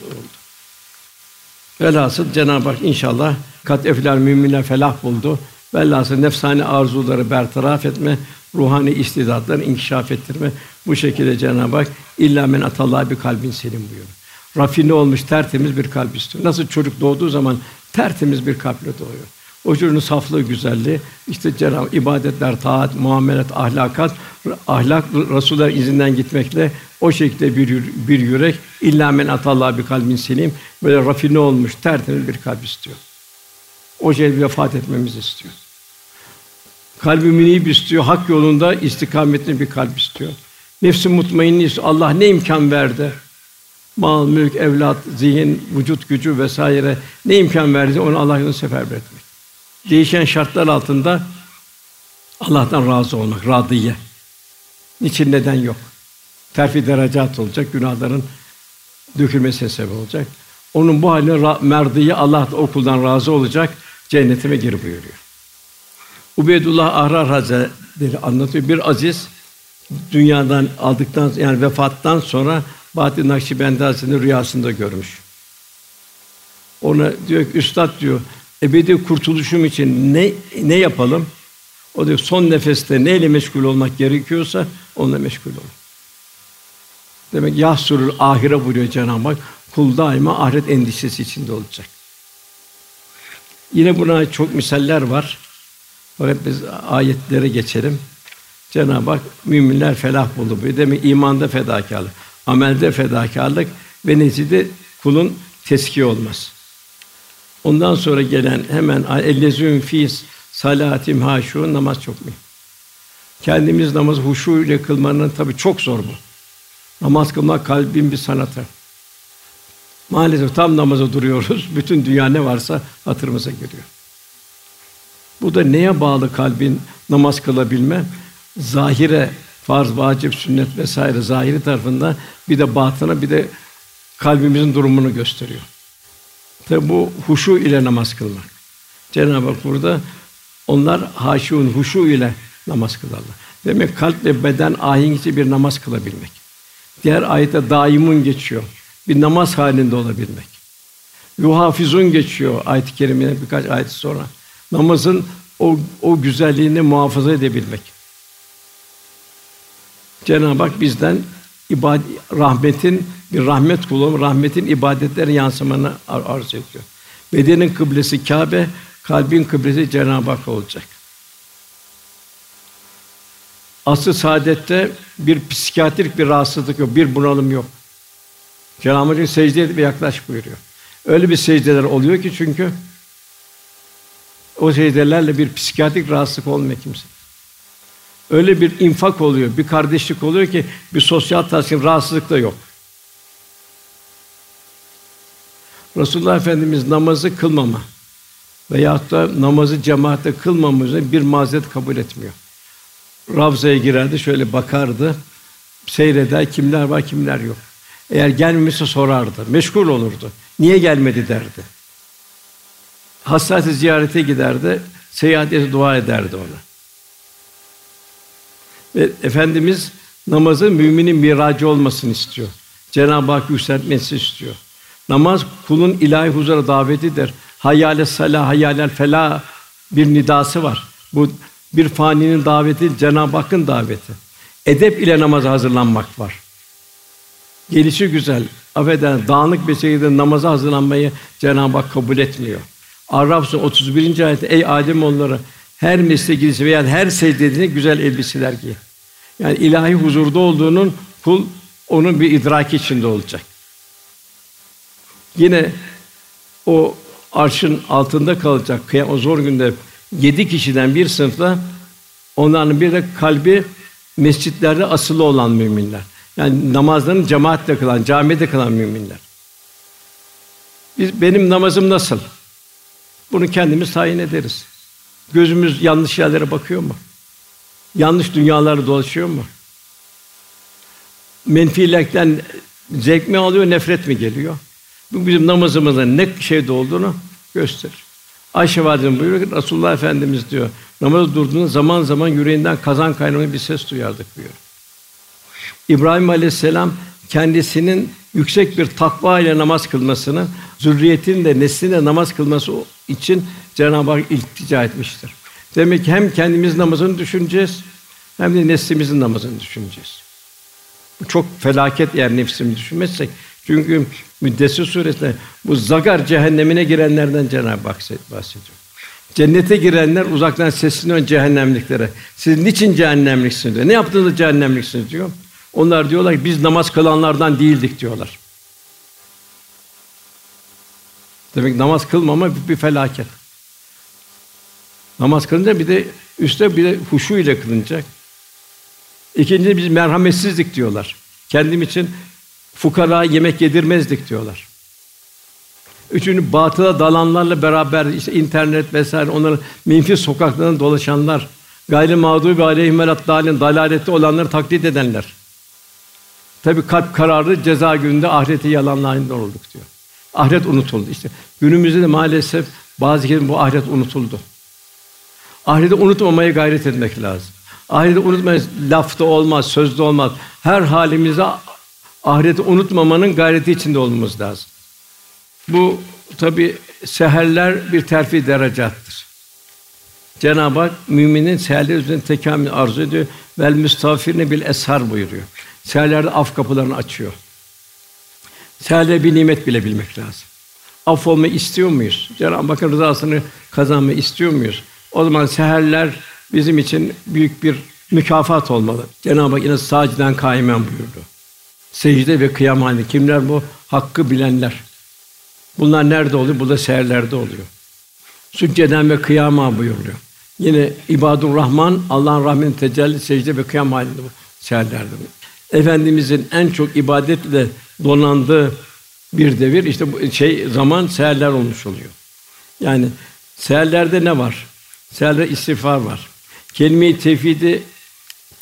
S2: Velhasıl Cenab-ı Hak inşallah kat eflâl müminler felah buldu. Velhasıl nefsani arzuları bertaraf etme, ruhani istidatları inkişaf ettirme. Bu şekilde Cenab-ı Hak illa men atallaha bi kalbin selim buyuruyor. Rafine olmuş tertemiz bir kalp istiyor. Nasıl çocuk doğduğu zaman tertemiz bir kalple doğuyor. O çocuğun saflığı, güzelliği, işte Cenab-ı ibadetler, taat, muamelet, ahlakat, ahlak Resûlullah izinden gitmekle o şekilde bir bir yürek illa men atallaha bi kalbin selim, böyle rafine olmuş tertemiz bir kalp istiyor. O şekilde vefat etmemizi istiyor. Kalbi münib istiyor, hak yolunda istikametli bir kalp istiyor. Nefs-i mutmainni istiyor. Allah ne imkan verdi? Mal, mülk, evlat, zihin, vücut gücü vesaire ne imkan verdi? Onu Allah yolunda seferber etmek. Değişen şartlar altında Allah'tan razı olmak, radiye. Niçin, neden yok? Terfi derecat olacak, günahların dökülmesine sebep olacak. Onun bu haline merdiye, Allah da o kuldan razı olacak, cennetime gir buyuruyor. Ubeydullah Ahrar Hazretleri anlatıyor. Bir aziz dünyadan aldıktan yani vefattan sonra Bahattin Nakşibendi Hazretleri'ni rüyasında görmüş. Ona diyor ki, üstad diyor, ebedi kurtuluşum için ne ne yapalım? O diyor, son nefeste neyle meşgul olmak gerekiyorsa onunla meşgul ol. Demek yahsurul ahire buyuruyor Cenab-ı Hak. Kul daima ahiret endişesi içinde olacak. Yine buna çok misaller var. Fakat biz ayetlere geçelim. Cenab-ı Hak müminler felah buldu buyuruyor. Demek imanda fedakârlık, amelde fedakârlık ve neticede kulun teskiye olmaz. Ondan sonra gelen hemen ellezûn fî salâtim hâşûn, namaz çok mühim. Kendimiz namazı huşu ile kılmanın tabii çok zor bu. Namaz kılmak kalbin bir sanatı. Maalesef tam namaza duruyoruz. Bütün dünya ne varsa hatırımıza geliyor. Bu da neye bağlı kalbin namaz kılabilme? Zahire farz, vacip, sünnet vesaire zahiri tarafında bir de batına bir de kalbimizin durumunu gösteriyor. Tabi bu huşu ile namaz kılmak. Cenab-ı Hak burada onlar haşûn, huşu ile namaz kılarlar. Demek kalp ve beden ahenkli bir namaz kılabilmek. Diğer ayette daimun geçiyor. Bir namaz halinde olabilmek. Yuhafizun geçiyor ayet-i kerimede birkaç ayet sonra. Namazın o o güzelliğini muhafaza edebilmek. Cenab-ı Hak bizden ibadet, rahmetin bir rahmet kulu, rahmetin ibadetlere yansımanı ar- arz ediyor. Bedenin kıblesi Kâbe, kalbin kıblesi Cenab-ı Hak olacak. Asr-ı saadette bir psikiyatrik bir rahatsızlık yok, bir bunalım yok. Cenab-ı Hak secde edip yaklaş buyuruyor. Öyle bir secdeler oluyor ki çünkü o secdelerle bir psikiyatrik rahatsızlık olmuyor kimse. Öyle bir infak oluyor, bir kardeşlik oluyor ki bir sosyal taskin rahatsızlık da yok. Resulullah Efendimiz namazı kılmama veyahut da namazı cemaatle kılmamızı bir mazeret kabul etmiyor. Ravzaya girerdi, şöyle bakardı, seyreder, kimler var, kimler yok. Eğer gelmemişse sorardı, meşgul olurdu. Niye gelmedi derdi. Hastane ziyarete giderdi, seyahate dua ederdi ona. Ve Efendimiz namazın müminin miracı olmasını istiyor. Cenab-ı Hak yükseltmesini istiyor. Namaz kulun ilahi huzura davetidir. Hayyâle salâh, hayyâlel felâh bir nidası var. Bu bir faninin daveti, Cenab-ı Hakk'ın daveti. Edep ile namaza hazırlanmak var. Gelişi güzel, affedersin, dağınık bir şekilde namaza hazırlanmayı Cenab-ı Hak kabul etmiyor. Araf Suresi otuz birinci ayette ey Âdemoğulları her mescide girişi veya her secdesinde güzel elbiseler giy. Yani ilahi huzurda olduğunun kul onun bir idraki içinde olacak. Yine o arşın altında kalacak kıyam o zor günde yedi kişiden bir sınıfta onların bir de kalbi mescitlerde asılı olan müminler. Yani namazlarını cemaatle kılan, camide kılan müminler. Biz benim namazım nasıl? Bunu kendimiz tayin ederiz. Gözümüz yanlış yerlere bakıyor mu? Yanlış dünyalarda dolaşıyor mu? Menfilikten zevk mi alıyor, nefret mi geliyor? Bu bizim namazımızın ne şeyde olduğunu gösterir. Ayşe validemiz buyuruyor ki Resulullah Efendimiz diyor, namaz durduğunda zaman zaman yüreğinden kazan kaynayan bir ses duyardık buyuruyor. İbrahim Aleyhisselam kendisinin yüksek bir takva ile namaz kılmasını, zürriyetinin de neslinin de namaz kılması için Cenab-ı Hak iltica etmiştir. Demek ki hem kendimiz namazını düşüneceğiz, hem de neslimizin namazını düşüneceğiz. Bu çok felaket eğer nefsimizi düşünmezsek. Çünkü Müddessir suresinde bu zagar cehennemine girenlerden Cenab-ı Hak bahsediyor. Cennete girenler uzaktan sesleniyor cehennemliklere. Siz niçin cehennemliksiniz diyor. Ne yaptığınızda cehennemliksiniz diyor. Onlar diyorlar ki biz namaz kılanlardan değildik diyorlar. Demek namaz kılmama bir, bir felaket. Namaz kılınca bir de üstte bir de huşu ile kılınacak. İkincisi biz merhametsizlik diyorlar. Kendim için fukara yemek yedirmezdik diyorlar. Üçüncü batıla dalanlarla beraber işte internet vesaire onların menfi sokaklarında dolaşanlar, gayri mağdûbi aleyhim ve lâddâlin dalalette olanları taklit edenler. Tabii kalp kararı ceza gününde ahireti yalanlayanlar olduk diyor. Ahiret unutuldu işte. Günümüzde de maalesef bazı kez bu ahiret unutuldu. Ahireti unutmamaya gayret etmek lazım. Ahireti unutmayız, lafta olmaz, sözde olmaz. Her halimizde ahireti unutmamanın gayreti içinde olmamız lazım. Bu tabii seherler bir terfi derecattır. Cenab-ı Hak müminin seherler üzerinde tekamül arzu ediyor. Vel müstağfirine bil eshar buyuruyor. Seherlerde af kapılarını açıyor. Seherlerde bir nimet bile bilmek lazım. Af olmayı istiyor muyuz? Cenab-ı Hakk'ın rızasını kazanmayı istiyor muyuz? O zaman seherler bizim için büyük bir mükafat olmalı. Cenab-ı Hak yine sâciden kâimen buyurdu. Secde ve kıyam halinde kimler bu? Hakkı bilenler. Bunlar nerede oluyor? Bu da seherlerde oluyor. Sücceden ve kıyama buyuruyor. Yine İbadur Rahman Allah'ın rahmetinin tecelli secde ve kıyam halinde bu seherlerde. Efendimizin en çok ibadetle donandığı bir devir işte bu şey zaman seherler olmuş oluyor. Yani seherlerde ne var? Seherlerde istiğfar var. Kelime-i tevhidi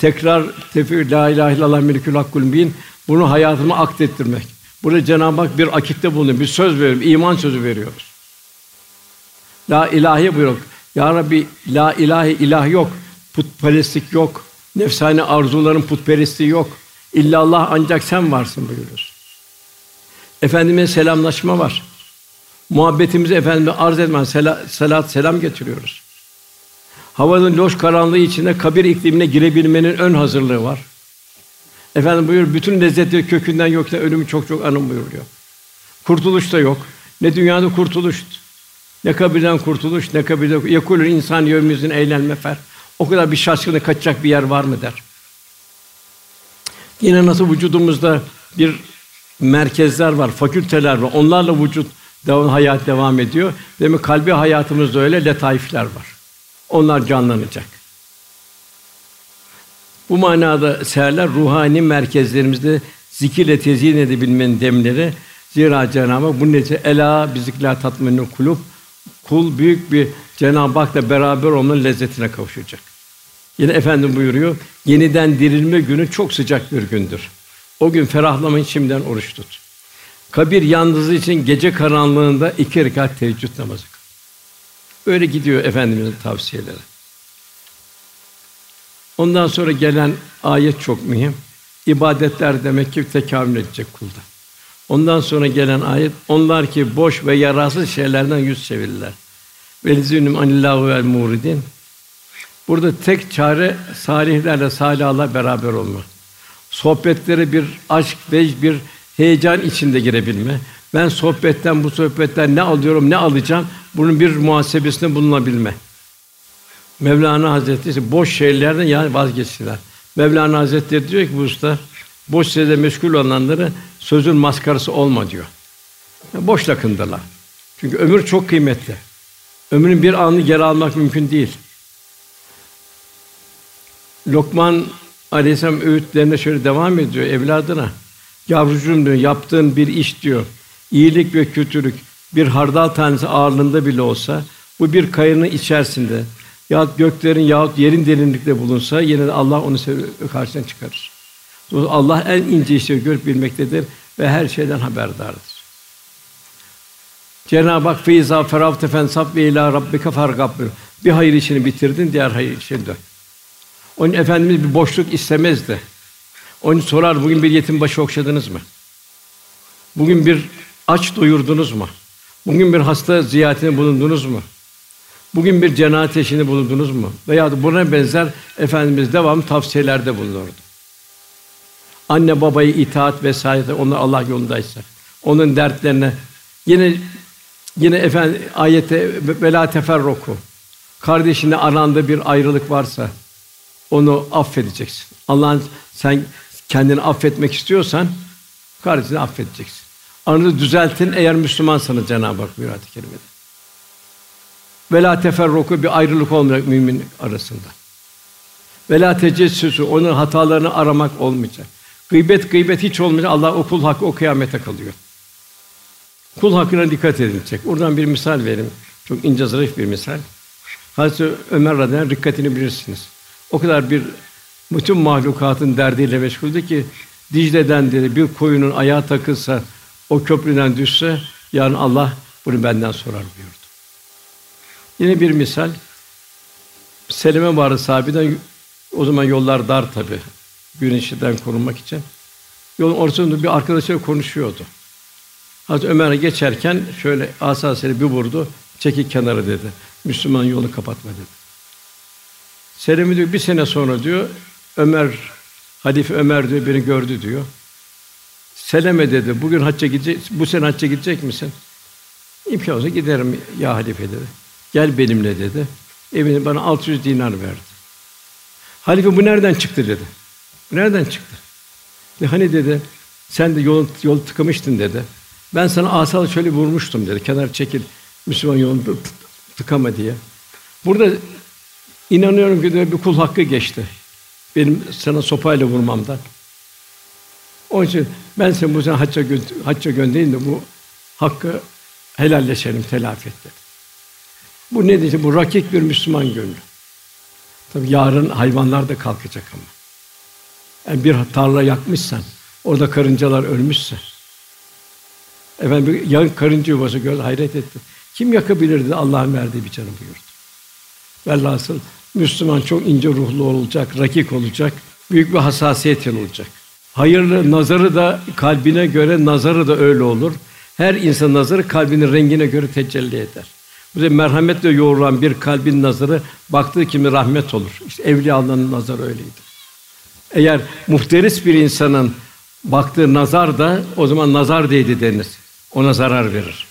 S2: tekrar tefekkür la ilahe illallah melikül hakkul mübin bunu hayatıma akdettirmek. Burada Cenab-ı Hak bir akitte bulunuyor, bir söz veriyor, iman sözü veriyoruz. La ilahe buyuruyor. Ya Rabbi la ilahe ilah yok, putperestlik yok, nefsani arzuların putperestliği yok. İllallah ancak sen varsın buyuruyoruz. Efendimiz'e selamlaşma var. Muhabbetimizi Efendimiz'e arz etmen, salat selam getiriyoruz. Havanın loş karanlığı içinde kabir iklimine girebilmenin ön hazırlığı var. Efendim buyur, bütün lezzetleri kökünden yok da ölümü çok çok anın buyuruyor. Kurtuluş da yok. Ne dünyada kurtuluş, ne kabirden kurtuluş, ne kabirde yekulül insan yevmizin eğlenme fer. O kadar bir şaşkına kaçacak bir yer var mı der. Yine nasıl vücudumuzda bir merkezler var, fakülteler var. Onlarla vücut devam, hayat devam ediyor. Demek kalbi hayatımızda öyle letaifler var. Onlar canlanacak. Bu manada seherler ruhani merkezlerimizde zikirle tezyin edebilmenin demleri. Zira Cenab-ı Hak bu nece ela bizikla tatminül kulub, kul büyük bir Cenab-ı Hak'la beraber olmanın lezzetine kavuşacak. Yine Efendim buyuruyor, yeniden dirilme günü çok sıcak bir gündür. O gün ferahlamayın, şimdiden oruç tut. Kabir yalnızlığı için gece karanlığında iki rekat teheccüd namazı kıl. Böyle gidiyor Efendimiz'in tavsiyeleri. Ondan sonra gelen ayet çok mühim. İbadetler demek ki tekamül edecek kulda. Ondan sonra gelen ayet, onlar ki boş ve yararsız şeylerden yüz çevirirler. Velizünüm anillahu vel muridin. Burada tek çare salihlerle salihâlla beraber olma. Sohbetlere bir aşk ve bir heyecan içinde girebilme. Ben sohbetten, bu sohbetten ne alıyorum, ne alacağım? Bunun bir muhasebesinde bulunabilme. Mevlana Hazretleri boş şeylerden yani vazgeçtiler. Mevlana Hazretleri diyor ki bu usta, boş şeylerle meşgul olanları sözün maskarası olma diyor. Yani boş lakındılar. Çünkü ömür çok kıymetli. Ömrün bir anını geri almak mümkün değil. Lokman Aleyhisselam öğütlerine şöyle devam ediyor evladına. Yavrucuğum diyor, yaptığın bir iş diyor, iyilik ve kötülük bir hardal tanesi ağırlığında bile olsa, bu bir kayanın içerisinde yahut göklerin yahut yerin derinlikte bulunsa, yine de Allah onu karşısına çıkarır. Allah en ince işleri görüp bilmektedir ve her şeyden haberdardır. Cenab-ı Hak feyza feravte fensab ve ila rabbike fargab. Bir hayır işini bitirdin, diğer hayır işine dön. Onun Efendimiz bir boşluk istemezdi. Onu sorar, bugün bir yetim başı okşadınız mı? Bugün bir aç doyurdunuz mu? Bugün bir hasta ziyaretinde bulundunuz mu? Bugün bir cenaze eşliğinde bulundunuz mu? Veya buna benzer Efendimiz devamlı tavsiyelerde bulunurdu. Anne babayı itaat vesaire, onlar Allah yolundaysa, onun dertlerine yine yine efendim ayete vela teferruku. Kardeşinle aranda bir ayrılık varsa onu affedeceksin. Allah'ın sen kendini affetmek istiyorsan kardeşini affedeceksin. Aranızı düzeltin eğer Müslümansanız Cenab-ı Hak buyuruyor ayet-i kerimede. Vela teferruku bir ayrılık olmayacak mümin arasında. Vela tecessüsü onun hatalarını aramak olmayacak. Gıybet gıybet hiç olmayacak. Allah o kul hakkı o kıyamete kalıyor. Kul hakkına dikkat edilecek. Oradan bir misal vereyim. Çok ince zarif bir misal. Hazreti Ömer radıyallahu anh rikkatini bilirsiniz. O kadar bir bütün mahlukatın derdiyle meşguldü ki Dicle'den dedi bir koyunun ayağı takılsa o köprüden düşse yarın Allah bunu benden sorar buyurdu. Yine bir misal. Seleme vardı sahabeden, o zaman yollar dar tabi. Güneşten korunmak için. Yolun ortasında bir arkadaşıyla konuşuyordu. Hazreti Ömer'e geçerken şöyle asasıyla bir vurdu. Çekil kenara dedi. Müslüman yolu kapatma dedi. Selemi diyor bir sene sonra diyor Ömer Halife Ömer diyor beni gördü diyor. Seleme dedi. Bugün hacca gidecek, bu sene hacca gidecek misin? İmkân olsa giderim ya halife dedi. Gel benimle dedi. Evine bana altı yüz dinar verdi. Halife bu nereden çıktı dedi. Bu nereden çıktı? De, hani dedi sen de yol yol tıkamıştın dedi. Ben sana asal şöyle vurmuştum dedi. Kenar çekil Müslüman yolunu tıkama diye. Burada inanıyorum ki bir kul hakkı geçti. Benim sana sopayla vurmamdan. Onun için ben seni bu sene hacca, gö- hacca göndereyim de bu hakkı helalleşelim, telafi et dedi. Bu ne diyecek? Bu rakik bir Müslüman gönlü. Tabii yarın hayvanlar da kalkacak ama. Yani bir tarla yakmışsan, orada karıncalar ölmüşse, efendim bir yan karınca yuvası gördü, hayret etti. Kim yakabilirdi Allah'ın verdiği bir canı buyurdu. Velhasıl Müslüman çok ince ruhlu olacak, rakik olacak, büyük bir hassasiyet olacak. Hayırlı nazarı da kalbine göre nazarı da öyle olur. Her insan nazarı kalbinin rengine göre tecelli eder. Bu da merhametle yoğrulan bir kalbin nazarı baktığı kimi rahmet olur. İşte evliyaların nazarı öyleydi. Eğer muhteris bir insanın baktığı nazar da o zaman nazar değdi denir. Ona zarar verir.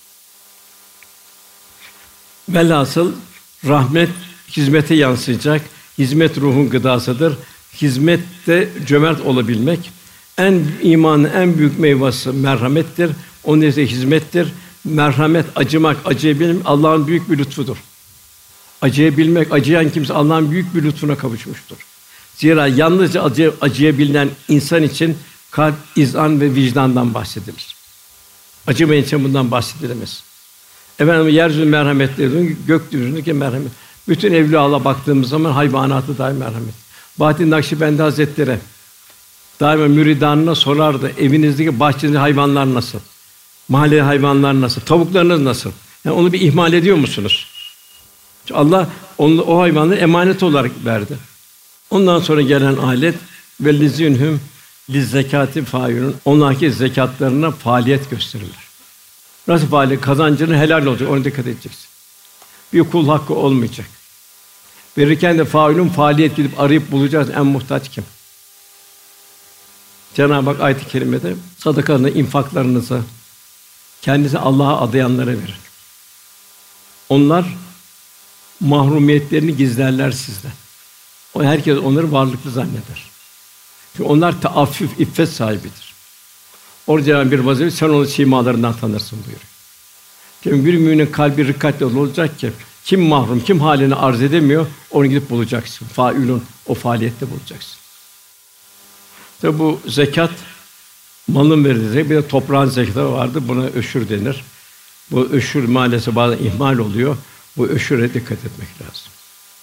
S2: Velhasıl rahmet hizmete yansıyacak. Hizmet ruhun gıdasıdır. Hizmette cömert olabilmek, en imanın en büyük meyvesi merhamettir. Onun ise hizmettir. Merhamet, acımak, acıyabilmek Allah'ın büyük bir lütfudur. Acıyabilmek, acıyan kimse Allah'ın büyük bir lütfuna kavuşmuştur. Zira yalnızca acı, acıyabilen insan için kalp, izan ve vicdandan bahsedilir. Acımayan için bundan bahsedilemez. Efendim yeryüzü merhametleri, gökyüzündeki merhamet. Bütün evliyâlara baktığımız zaman hayvanatı dahi merhamet. Bahattin Nakşibendi Hazretleri daima müridanına sorardı. Evinizdeki bahçenizdeki hayvanlar nasıl? Mahalle hayvanlar nasıl? Tavuklarınız nasıl? Yani onu bir ihmal ediyor musunuz? Çünkü Allah onu, o hayvanları emanet olarak verdi. Ondan sonra gelen ayet ve lizinhum lizzekati failun. Onlarki zekatlarına faaliyet gösterirler. Nasıl faaliyet? Kazancının helal olacak. Ona dikkat edeceksin. Bir kul hakkı olmayacak. Verirken de failun faaliyet gidip arayıp bulacağız en muhtaç kim? Cenab-ı Hak ayet-i kerimede sadakanızı, infaklarınızı kendinizi Allah'a adayanlara verin. Onlar mahrumiyetlerini gizlerler sizden. O herkes onları varlıklı zanneder. Çünkü onlar taaffuf, iffet sahibidir. Orada bir vazife, sen onu simalarından tanırsın buyuruyor. Çünkü bir müminin kalbi rikkatle olacak ki kim mahrum, kim halini arz edemiyor, onu gidip bulacaksın. Failun, o faaliyette bulacaksın. Tabi bu zekat, malın verildiği, bir de toprağın zekatı vardı. Buna öşür denir. Bu öşür maalesef bazen ihmal oluyor. Bu öşüre dikkat etmek lazım.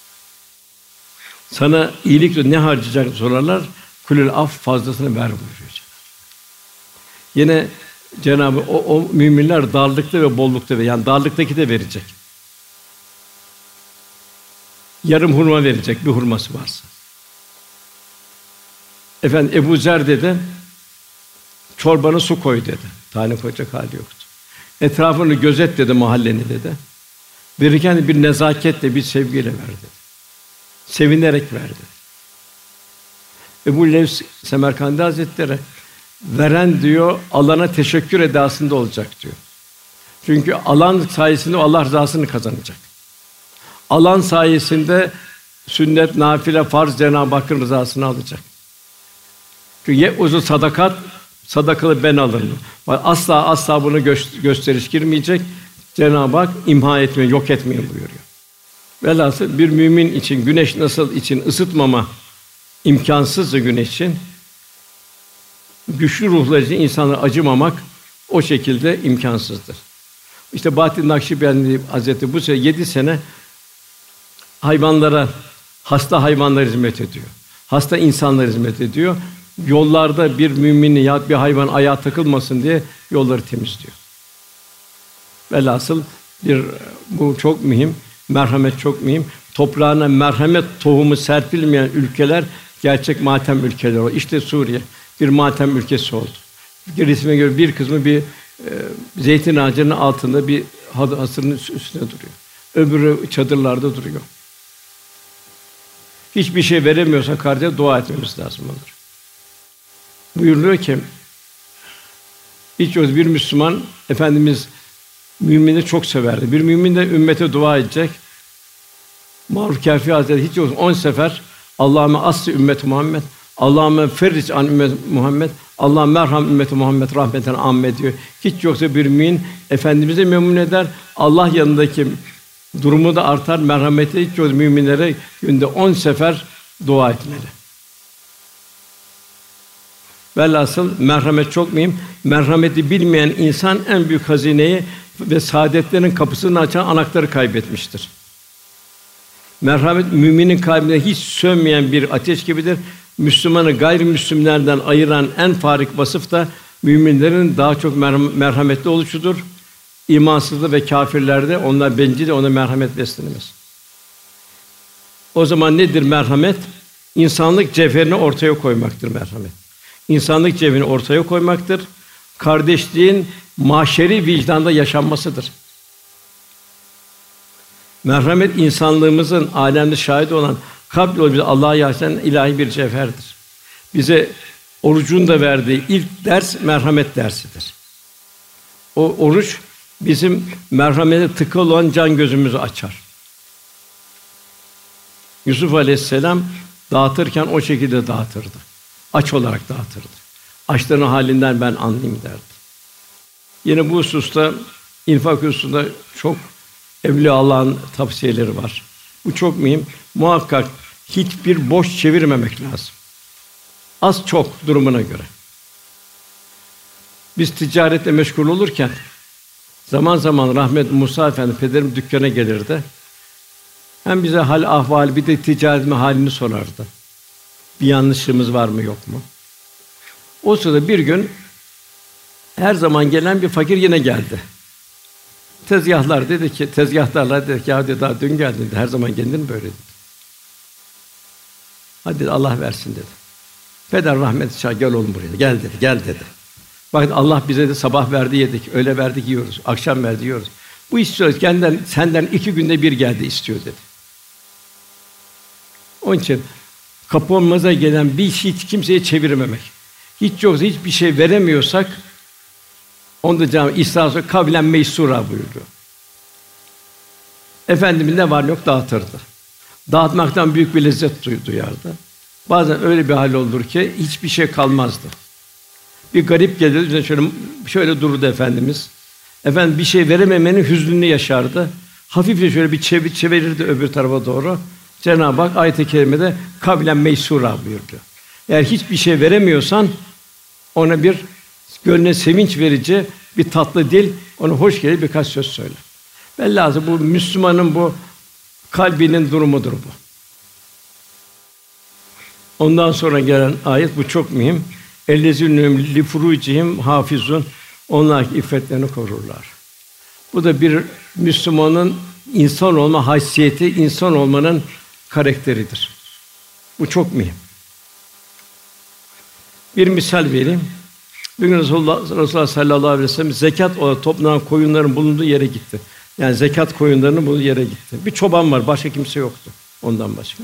S2: Sana iyilik ne harcayacak sorarlar. Kulül af, fazlasını ver buyuruyor. Yine Cenab-ı o, o müminler darlıkta ve bollukta ve yani darlıktaki de verecek. Yarım hurma verecek, bir hurması varsa. Efendim Ebu Zer dedi, çorbana su koy dedi. Tane koyacak hali yoktu. Etrafını gözet dedi, mahalleni dedi. Verirken bir nezaketle, bir sevgiyle ver dedi. Sevinerek ver dedi. Ebu Levs Semerkandi Hazretleri veren diyor, alana teşekkür edasında olacak diyor. Çünkü alan sayesinde Allah rızasını kazanacak. Alan sayesinde sünnet, nafile, farz Cenab-ı Hakk'ın rızasını alacak. Çünkü ye'uzu sadakat, sadakalı ben alırım. Asla asla bunu gö- gösteriş girmeyecek. Cenab-ı Hak imha etmeyin, yok etmeyin buyuruyor. Velhasıl bir mümin için güneş nasıl için ısıtmama imkansızsa güneş için, güçlü ruhlar için insanlara acımamak o şekilde imkansızdır. İşte Bahattin Nakşibendi Hazretleri bu sene yedi sene hayvanlara, hasta hayvanlara hizmet ediyor. Hasta insanlara hizmet ediyor. Yollarda bir müminin ya bir hayvan ayağa takılmasın diye yolları temizliyor. Velhasıl bir bu çok mühim, merhamet çok mühim. Toprağına merhamet tohumu serpilmeyen ülkeler gerçek matem ülkeleri oldu. İşte Suriye bir matem ülkesi oldu. Resme göre bir kısmı bir e, zeytin ağacının altında bir hasırın üstünde duruyor. Öbürü çadırlarda duruyor. Hiçbir şey veremiyorsa kardeşe dua etmemiz lazım olur. Buyuruluyor ki hiç öz bir Müslüman Efendimiz mümini çok severdi. Bir mümin de ümmete dua edecek. Maruf Kâfi Hazretleri hiç olsun on sefer Allahümme asli ümmet Muhammed, Allahümme ferric an ümmet Muhammed, Allahümme merham ümmet Muhammed rahmeten amme diyor. Hiç yoksa bir mümin Efendimiz'i memnun eder. Allah yanındaki durumu da artar. Merhameti hiç yoksa müminlere günde on sefer dua etmeli. Velhasıl merhamet çok mühim. Merhameti bilmeyen insan en büyük hazineyi ve saadetlerin kapısını açan anahtarı kaybetmiştir. Merhamet müminin kalbinde hiç sönmeyen bir ateş gibidir. Müslümanı gayrimüslimlerden ayıran en farik vasıf da müminlerin daha çok merh- merhametli oluşudur. İmansızlığı ve kâfirlerde onlar bencil, ona merhamet beslenemez. O zaman nedir merhamet? İnsanlık cevherini ortaya koymaktır merhamet. İnsanlık cevherini ortaya koymaktır. Kardeşliğin mahşeri vicdanda yaşanmasıdır. Merhamet insanlığımızın âlemde şahit olan kalp yolu bize Allah'a yansıyan ilahi bir cevherdir. Bize orucun da verdiği ilk ders merhamet dersidir. O oruç bizim merhamete tıkalı olan can gözümüzü açar. Yusuf Aleyhisselam dağıtırken o şekilde dağıtırdı. Aç olarak dağıtırdı. Açların halinden ben anlayayım derdi. Yine bu hususta infak hususunda çok Evliya Allah'ın tavsiyeleri var. Bu çok mühim. Muhakkak hiçbir boş çevirmemek lazım. Az çok durumuna göre. Biz ticaretle meşgul olurken zaman zaman rahmetli Musa Efendi pederim dükkana gelirdi. Hem bize hal ahval bir de ticaretin halini sorardı. Bir yanlışlığımız var mı yok mu? O sırada bir gün her zaman gelen bir fakir yine geldi. Tezgahlar dedi ki, tezgahtarlar dedi ki, ya dedi, daha dün geldin dedi, her zaman geldin mi böyle dedi. Hadi dedi, Allah versin dedi. Peder rahmetli çağ gel oğlum buraya, gel dedi, gel dedi. Bak Allah bize de sabah verdi yedik, öğle verdik yiyoruz, akşam verdi yiyoruz. Bu istiyoruz, kendinden, senden iki günde bir geldi istiyor dedi. Onun için kapımıza gelen bir şey hiç kimseye çevirmemek. Hiç yoksa hiçbir şey veremiyorsak, onda Cenab-ı İsra kavlen meysura buyuruyor. Efendimiz ne var ne yok dağıtırdı. Dağıtmaktan büyük bir lezzet duyardı. Bazen öyle bir hal olur ki hiçbir şey kalmazdı. Bir garip gelirdi, şöyle şöyle dururdu Efendimiz. Efendim bir şey verememenin hüznünü yaşardı. Hafifçe şöyle bir çevir, çevirirdi öbür tarafa doğru. Cenab-ı Hak ayet-i kerimede kavlen meysura buyuruyor. Eğer hiçbir şey veremiyorsan ona bir gönlüne sevinç verici bir tatlı dil, ona hoş gelir birkaç söz söyle. Velhâsıl bu Müslümanın bu kalbinin durumudur bu. Ondan sonra gelen ayet bu çok mühim. Ellezînehum li furucihim hafizun. Onlar iffetlerini korurlar. Bu da bir Müslümanın insan olma haysiyeti, insan olmanın karakteridir. Bu çok mühim. Bir misal vereyim. Bir gün Resulullah, Resulullah sallallahu aleyhi ve sellem zekat olarak toplanan koyunların bulunduğu yere gitti. Yani zekat koyunlarının bulunduğu yere gitti. Bir çoban var, başka kimse yoktu ondan başka.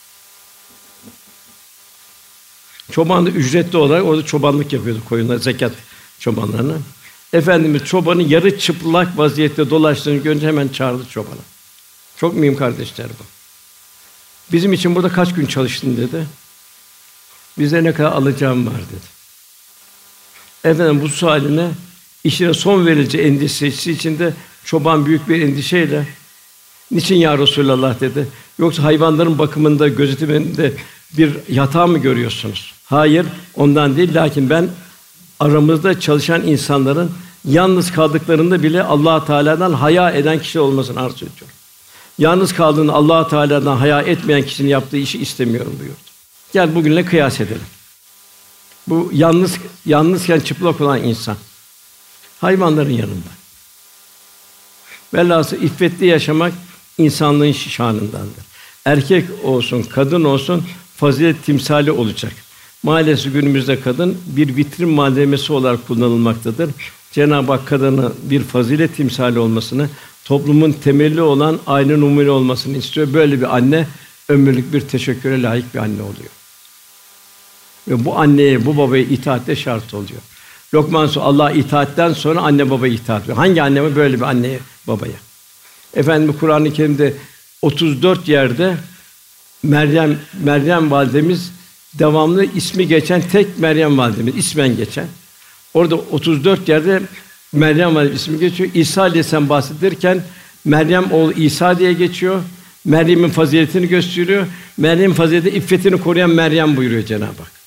S2: Çoban da ücretli olarak orada çobanlık yapıyordu koyunlar, zekat çobanlarına. Efendimiz çobanın yarı çıplak vaziyette dolaştığını görünce hemen çağırdı çobanı. Çok mühim kardeşler bu. Bizim için burada kaç gün çalıştın dedi. Bize ne kadar alacağım var dedi. Efendim bu sualine işine son verileceği endişesi içinde çoban büyük bir endişeyle "Niçin ya Resulallah?" dedi. "Yoksa hayvanların bakımında, gözetiminde bir hata mı görüyorsunuz?" "Hayır, ondan değil. Lakin ben aramızda çalışan insanların yalnız kaldıklarında bile Allah Teala'dan haya eden kişi olmasını arzu ediyorum. Yalnız kaldığında Allah Teala'dan haya etmeyen kişinin yaptığı işi istemiyorum" buyurdu. Gel bugünle kıyas edelim. Bu yalnız yalnızken çıplak olan insan hayvanların yanında. Velhâsıl iffetli yaşamak insanlığın şanındandır. Erkek olsun, kadın olsun fazilet timsali olacak. Maalesef günümüzde kadın bir vitrin malzemesi olarak kullanılmaktadır. Cenab-ı Hak kadını bir fazilet timsali olmasını, toplumun temeli olan aile numune olmasını istiyor. Böyle bir anne ömürlük bir teşekküre layık bir anne oluyor. Ve bu anneye, bu babaya itaatte şart oluyor. Lokman Suresi Allah'a itaatten sonra anne babaya itaat ediyor. Hangi anne mi böyle bir anneye, babaya? Efendim Kur'an-ı Kerim'de otuz dört yerde Meryem Meryem validemiz devamlı ismi geçen tek Meryem validemiz, ismen geçen. Orada otuz dört yerde Meryem validemiz ismi geçiyor. İsa Aleyhisselam bahsedilirken Meryem oğlu İsa diye geçiyor. Meryem'in faziletini gösteriyor. Meryem'in fazileti iffetini koruyan Meryem buyuruyor Cenab-ı Hak.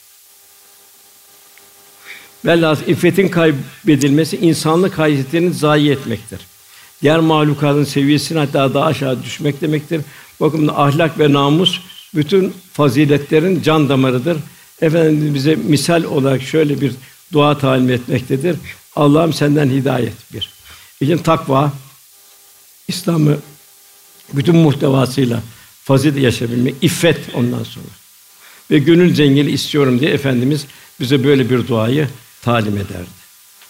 S2: Velhâsıl iffetin kaybedilmesi insanlık haysiyetini zayi etmektir. Diğer mahlukatın seviyesine hatta daha aşağı düşmek demektir. Bakın ahlak ve namus bütün faziletlerin can damarıdır. Efendimiz bize misal olarak şöyle bir dua talim etmektedir. Allah'ım senden hidayet bir. İkinci takva, İslam'ı bütün muhtevasıyla fazilet yaşayabilmek, iffet ondan sonra. Ve gönül zenginliği istiyorum diye Efendimiz bize böyle bir duayı talim ederdi.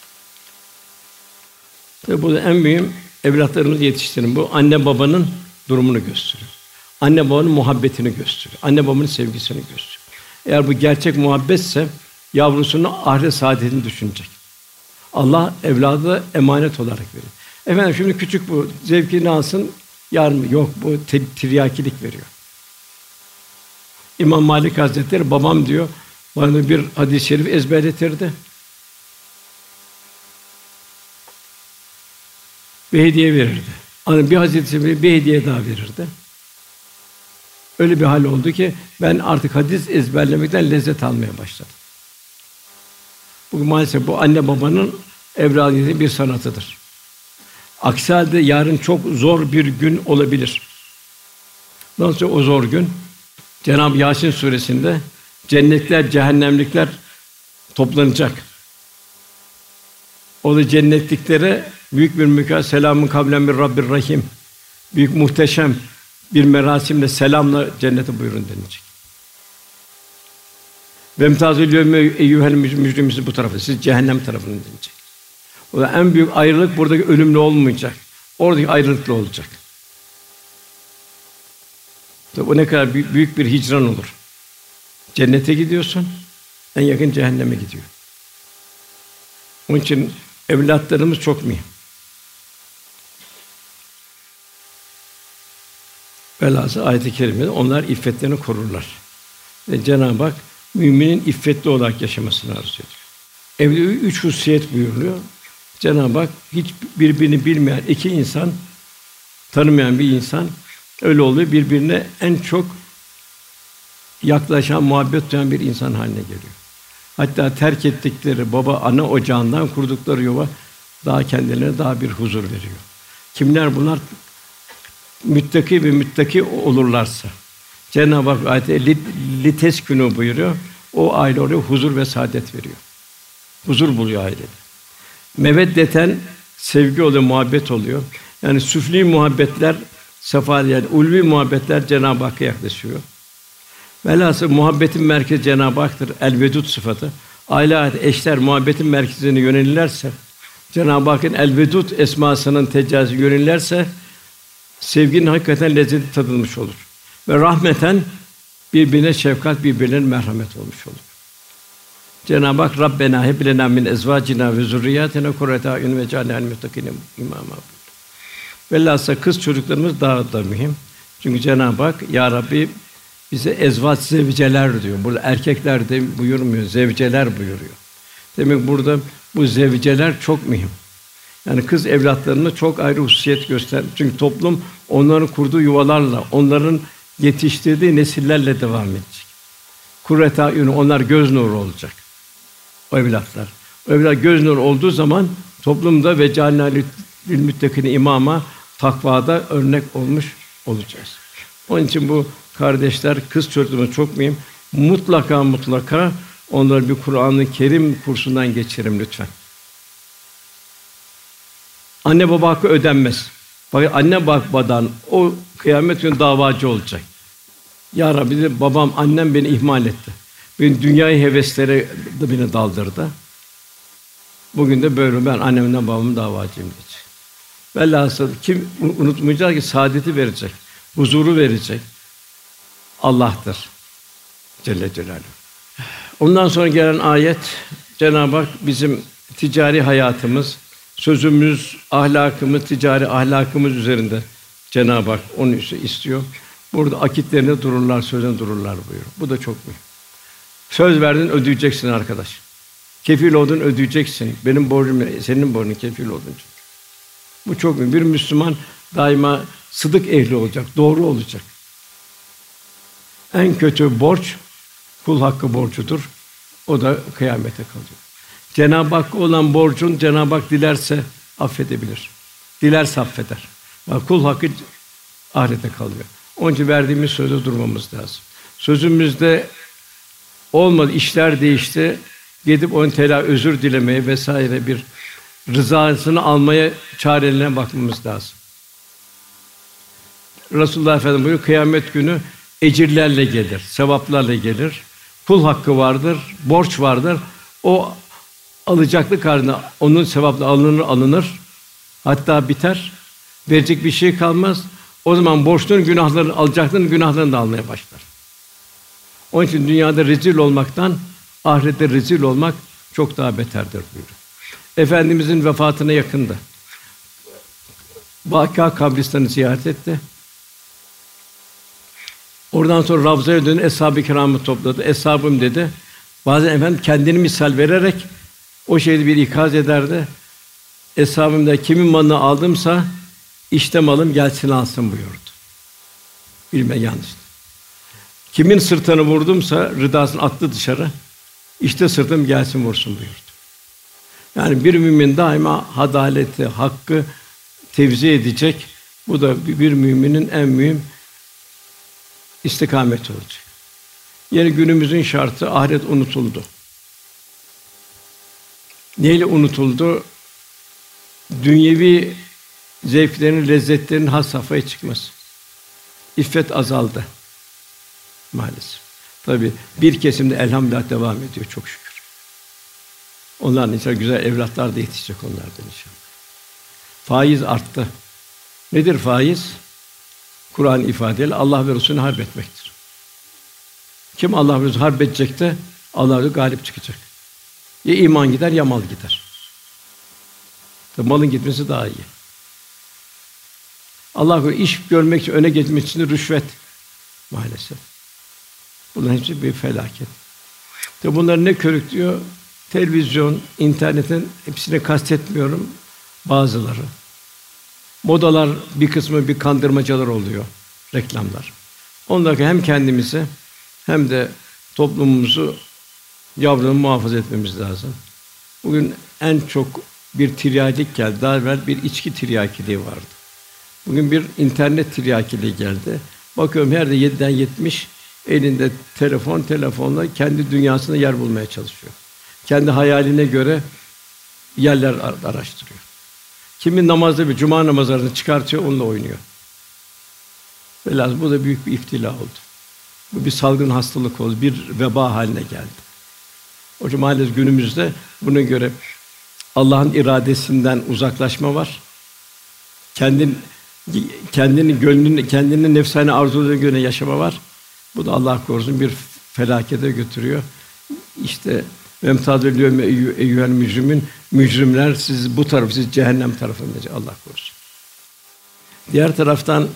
S2: Tabi burada en mühim evlatlarımızı yetiştirin. Bu anne babanın durumunu gösteriyor. Anne babanın muhabbetini gösteriyor. Anne babanın sevgisini gösteriyor. Eğer bu gerçek muhabbetse yavrusunun ahiret saadetini düşünecek. Allah evladı da emanet olarak veriyor. Efendim şimdi küçük bu zevkini alsın, yarın yok bu tiryakilik veriyor. İmam Malik Hazretleri babam diyor bana bir hadis-i şerif ezberletirdi. Bir hediye verirdi. Hani bir hadis-i şerif bir hediye daha verirdi. Öyle bir hal oldu ki ben artık hadis ezberlemekten lezzet almaya başladım. Bugün maalesef bu anne babanın evladının bir sanatıdır. Aksi halde yarın çok zor bir gün olabilir. Nasıl o zor gün? Cenab-ı Yâsin suresinde cennetler, cehennemlikler toplanacak. O da cennetliklere büyük bir mükafat, selamun kavlen bir Rabbir Rahim. Büyük muhteşem bir merasimle selamla cennete buyurun denilecek. Ve imtazül yevme eyyuhel mücrimûn bu tarafa, siz cehennem tarafına denilecek. O da en büyük ayrılık buradaki ölümle olmayacak. Oradaki ayrılıkla olacak. Tabi o ne kadar büyük, büyük bir hicran olur. Cennete gidiyorsun, en yakın cehenneme gidiyor. Onun için evlatlarımız çok mühim. Velhâsıl ayet-i kerimede onlar iffetlerini korurlar. Ve Cenab-ı Hak müminin iffetli olarak yaşamasını arzu ediyor. Evde üç hususiyet buyuruluyor. Cenab-ı Hak hiç birbirini bilmeyen iki insan, tanımayan bir insan öyle oluyor. Birbirine en çok yaklaşan, muhabbet duyan bir insan haline geliyor. Hatta terk ettikleri baba, ana ocağından kurdukları yuva daha kendilerine daha bir huzur veriyor. Kimler bunlar? Müttaki ve müttaki olurlarsa. Cenab-ı Hak ayette liteskünû buyuruyor. O aile oraya huzur ve saadet veriyor. Huzur buluyor ailede. Meveddeten sevgi oluyor, muhabbet oluyor. Yani süfli muhabbetler, sefa yani ulvi muhabbetler Cenab-ı Hakk'a yaklaşıyor. Velhâsıl muhabbetin merkezi Cenab-ı Hak'tır. El-Vedûd sıfatı. Aile hayatı, eşler muhabbetin merkezine yönelirlerse, Cenab-ı Hakk'ın El-Vedûd esmasının tecellisi yönelirlerse sevginin hakikaten lezzeti tadılmış olur. Ve rahmeten birbirine şefkat, birbirine merhamet olmuş olur. Cenab-ı Hak Rabbena heb lena min ezvacina ve zurriyyatina kurrete a'yun vec'alna lil muttaqine imama. Velhâsıl kız çocuklarımız daha da mühim. Çünkü Cenab-ı Hak ya Rabbi bize ezvac zevceler diyor. Burada erkekler de buyurmuyor, zevceler buyuruyor. Demek burada bu zevceler çok mühim. Yani kız evlatlarına çok ayrı hususiyet göster. Çünkü toplum onların kurduğu yuvalarla, onların yetiştirdiği nesillerle devam edecek. Kurrete a'yun, onlar göz nuru olacak. O evlatlar. O evlat göz nuru olduğu zaman toplumda ve cealnâ lil müttakîne imâma, takvada örnek olmuş olacağız. Onun için bu kardeşler, kız çocuklarımız çok mühim. Mutlaka mutlaka onları bir Kur'an-ı Kerim kursundan geçirin lütfen. Anne baba hakkı ödenmez. Bak anne babadan o kıyamet günü davacı olacak. Ya Rabbi de, babam, annem beni ihmal etti. Beni dünyayı heveslere de beni daldırdı. Bugün de böyle ben annemden babamın davacıyım diyecek. Velhâsıl kim unutmayacak ki saadeti verecek, huzuru verecek Allah'tır Celle Celaluhu. Ondan sonra gelen ayet Cenab-ı Hak bizim ticari hayatımız, sözümüz, ahlakımız, ticari ahlakımız üzerinde Cenab-ı Hak onu istiyor. Burada akitlerinde dururlar, sözünde dururlar buyuruyor. Bu da çok mühim. Söz verdin, ödeyeceksin arkadaş. Kefil oldun, ödeyeceksin. Benim borcum, senin borcun, kefil oldun çünkü. Bu çok mühim. Bir Müslüman daima sıdık ehli olacak, doğru olacak. En kötü borç kul hakkı borcudur. O da kıyamete kalıyor. Cenab-ı Hakk'a olan borcun Cenab-ı Hak dilerse affedebilir. Dilerse affeder. Bak kul hakkı ahirete kalıyor. Onun için verdiğimiz sözde durmamız lazım. Sözümüzde olmadı, işler değişti. Gidip on Teala özür dilemeye vesaire bir rızasını almaya çarelerine bakmamız lazım. Resulullah Efendimiz buyuruyor, kıyamet günü ecirlerle gelir, sevaplarla gelir. Kul hakkı vardır, borç vardır. O alacaklık haline onun sevapla alınır alınır. Hatta biter. Verecek bir şey kalmaz. O zaman borçların günahlarını, alacakların günahlarını da almaya başlar. Onun için dünyada rezil olmaktan ahirette rezil olmak çok daha beterdir buyuruyor. Efendimizin vefatına yakındı. Vâkîa kabristanı ziyaret etti. Oradan sonra Ravza'ya dönüp eshab-ı kiramı topladı. Eshabım dedi. Bazen efendim kendini misal vererek o şeyi bir ikaz ederdi. Eshabım da kimin malını aldımsa işte malım gelsin alsın buyurdu. Bilme yanlış. Kimin sırtını vurdumsa rıdasını attı dışarı. İşte sırtım gelsin vursun buyurdu. Yani bir mümin daima adaleti, hakkı tevzi edecek. Bu da bir müminin en mühim istikameti olacak. Yani günümüzün şartı ahiret unutuldu. Neyle unutuldu? Dünyevi zevklerin, lezzetlerin has safhaya çıkması. İffet azaldı maalesef. Tabii bir kesimde elhamdülillah devam ediyor çok şükür. Onların inşallah güzel evlatlar da yetişecek onlardan inşallah. Faiz arttı. Nedir faiz? Kur'an ifadeyle Allah ve Resulü'nü harp etmektir. Kim Allah ve Resulü'nü harp edecek de Allah galip çıkacak. Ya iman gider ya mal gider. Tabii malın gitmesi daha iyi. Allah iş görmek için, öne geçmek için de rüşvet maalesef. Bunların hepsi bir felaket. Tabii bunları ne körüklüyor? Televizyon, internetin hepsine kastetmiyorum bazıları. Modalar bir kısmı bir kandırmacalar oluyor, reklamlar. Ondan hem kendimizi hem de toplumumuzu yavrunu muhafaza etmemiz lazım. Bugün en çok bir tiryakilik geldi. Daha evvel bir içki tiryakiliği vardı. Bugün bir internet tiryakiliği geldi. Bakıyorum her de yediden yetmiş elinde telefon, telefonla kendi dünyasında yer bulmaya çalışıyor. Kendi hayaline göre yerler araştırıyor. Kimi namazda bir cuma namazlarını çıkartıyor, onunla oynuyor. Velhâsıl bu da büyük bir iftila oldu. Bu bir salgın hastalık oldu, bir veba haline geldi. O yüzden maalesef günümüzde buna göre Allah'ın iradesinden uzaklaşma var. Kendin kendini gönlünü, kendini nefsani arzularına göre yaşama var. Bu da Allah korusun bir felakete götürüyor. İşte Memtadül yevme eyyuhel mücrimün mücrimler siz bu taraf siz cehennem tarafında Allah korusun. Diğer taraftan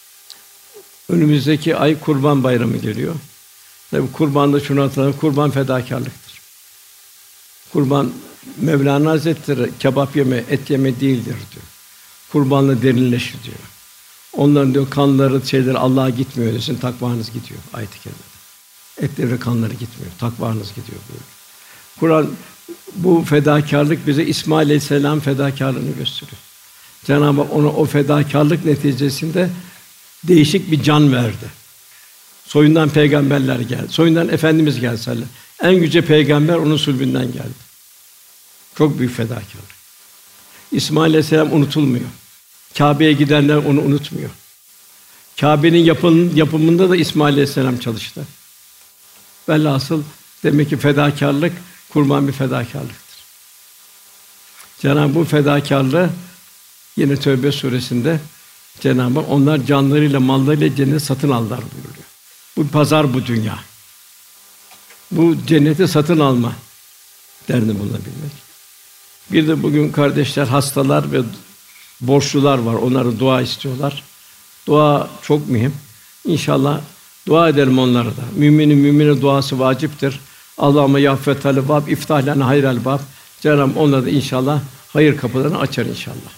S2: önümüzdeki ay Kurban Bayramı geliyor. Tabii kurbanda şunu hatırlayalım, kurban fedakârlıktır. Kurban Mevlana Hazretleri kebap yeme, et yeme değildir diyor. Kurbanla derinleşir diyor. Onların diyor kanları, şeyleri Allah'a gitmiyor desin, takvanız gidiyor ayet-i kerimede. Etleri ve kanları gitmiyor, takvanız gidiyor böyle. Kur'an bu fedakârlık bize İsmail Aleyhisselam fedakârlığını gösteriyor. Cenab-ı Hak ona o fedakârlık neticesinde değişik bir can verdi. Soyundan peygamberler geldi. Soyundan Efendimiz geldi sallallahu aleyhi ve sellem. En yüce peygamber onun sulbünden geldi. Çok büyük fedakârlık. İsmail Aleyhisselam unutulmuyor. Kâbe'ye gidenler onu unutmuyor. Kâbe'nin yapın, yapımında da İsmail Aleyhisselam çalıştı. Velhasıl demek ki fedakârlık kurban bir fedakârlıktır. Cenab-ı bu fedakârlığı yine Tevbe suresinde Cenab-ı Hak onlar canlarıyla mallarıyla cenneti satın aldılar buyuruyor. Bu pazar bu dünya. Bu cenneti satın alma derdinde bulunabilmek. Bir de bugün kardeşler hastalar ve borçlular var. Onlara dua istiyorlar. Dua çok mühim. İnşallah dua edelim onlara da. Müminin mümine duası vaciptir. Allahümme ya fethâl bâb iftah lena hayral bâb. Cenab-ı onlara da inşallah hayır kapılarını açar inşallah.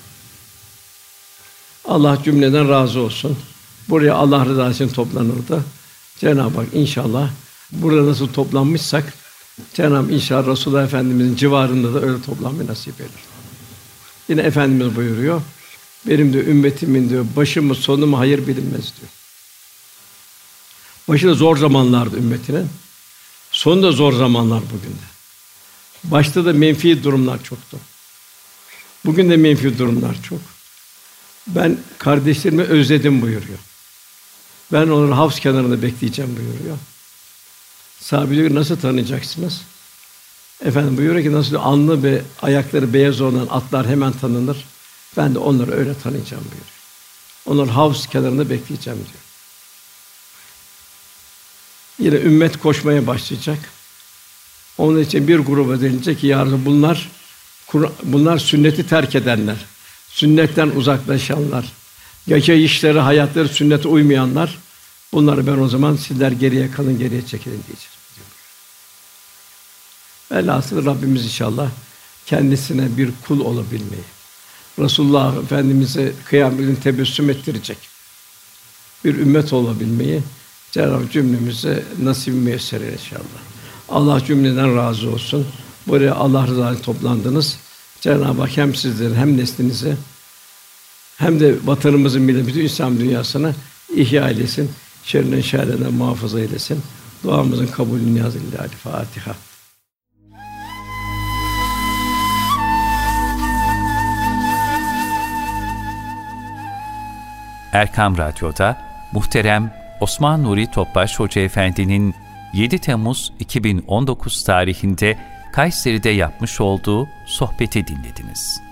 S2: Allah cümleden razı olsun. Buraya Allah rızası için toplanıldı. Cenab-ı Hak inşallah burada nasıl toplanmışsak Cenab-ı Hak inşallah Resulullah Efendimizin civarında da öyle toplanmayı nasip eder. Yine Efendimiz buyuruyor. Benim de ümmetimin diyor başımı sonumu hayır bilinmez diyor. Başında zor zamanlardı ümmetinin. Sonunda zor zamanlar bugün de. Başta da menfi durumlar çoktu. Bugün de menfi durumlar çok. Ben kardeşlerimi özledim buyuruyor. Ben onları havz kenarında bekleyeceğim buyuruyor. Sahabe diyor, nasıl tanıyacaksınız? Efendim buyuruyor ki, nasıl alnı ve ayakları beyaz olan atlar hemen tanınır. Ben de onları öyle tanıyacağım buyuruyor. Onları havz kenarında bekleyeceğim diyor. Yine ümmet koşmaya başlayacak. Onun için bir gruba denilecek ki, yarın bunlar bunlar sünneti terk edenler, sünnetten uzaklaşanlar, yaşayışları, hayatları sünnete uymayanlar. Bunları ben o zaman sizler geriye kalın, geriye çekilin diyeceğim. Velhasıl Rabbimiz inşallah kendisine bir kul olabilmeyi, Resulullah Efendimiz'e kıyamet günü tebessüm ettirecek bir ümmet olabilmeyi Cenab-ı cümlemize nasip müyesser inşallah. Allah cümleden razı olsun. Buraya Allah rızası için toplandınız. Cenab-ı Hak hem sizleri hem neslinizi hem de vatanımızın, milletimizin, bütün İslam dünyasını ihya eylesin. Şerrinden şerrinden muhafaza eylesin. Duamızın kabulü niyaz ile Fatiha.
S1: Erkam Radyo'da muhterem Osman Nuri Topbaş Hoca Efendi'nin yedi Temmuz iki bin on dokuz tarihinde Kayseri'de yapmış olduğu sohbeti dinlediniz.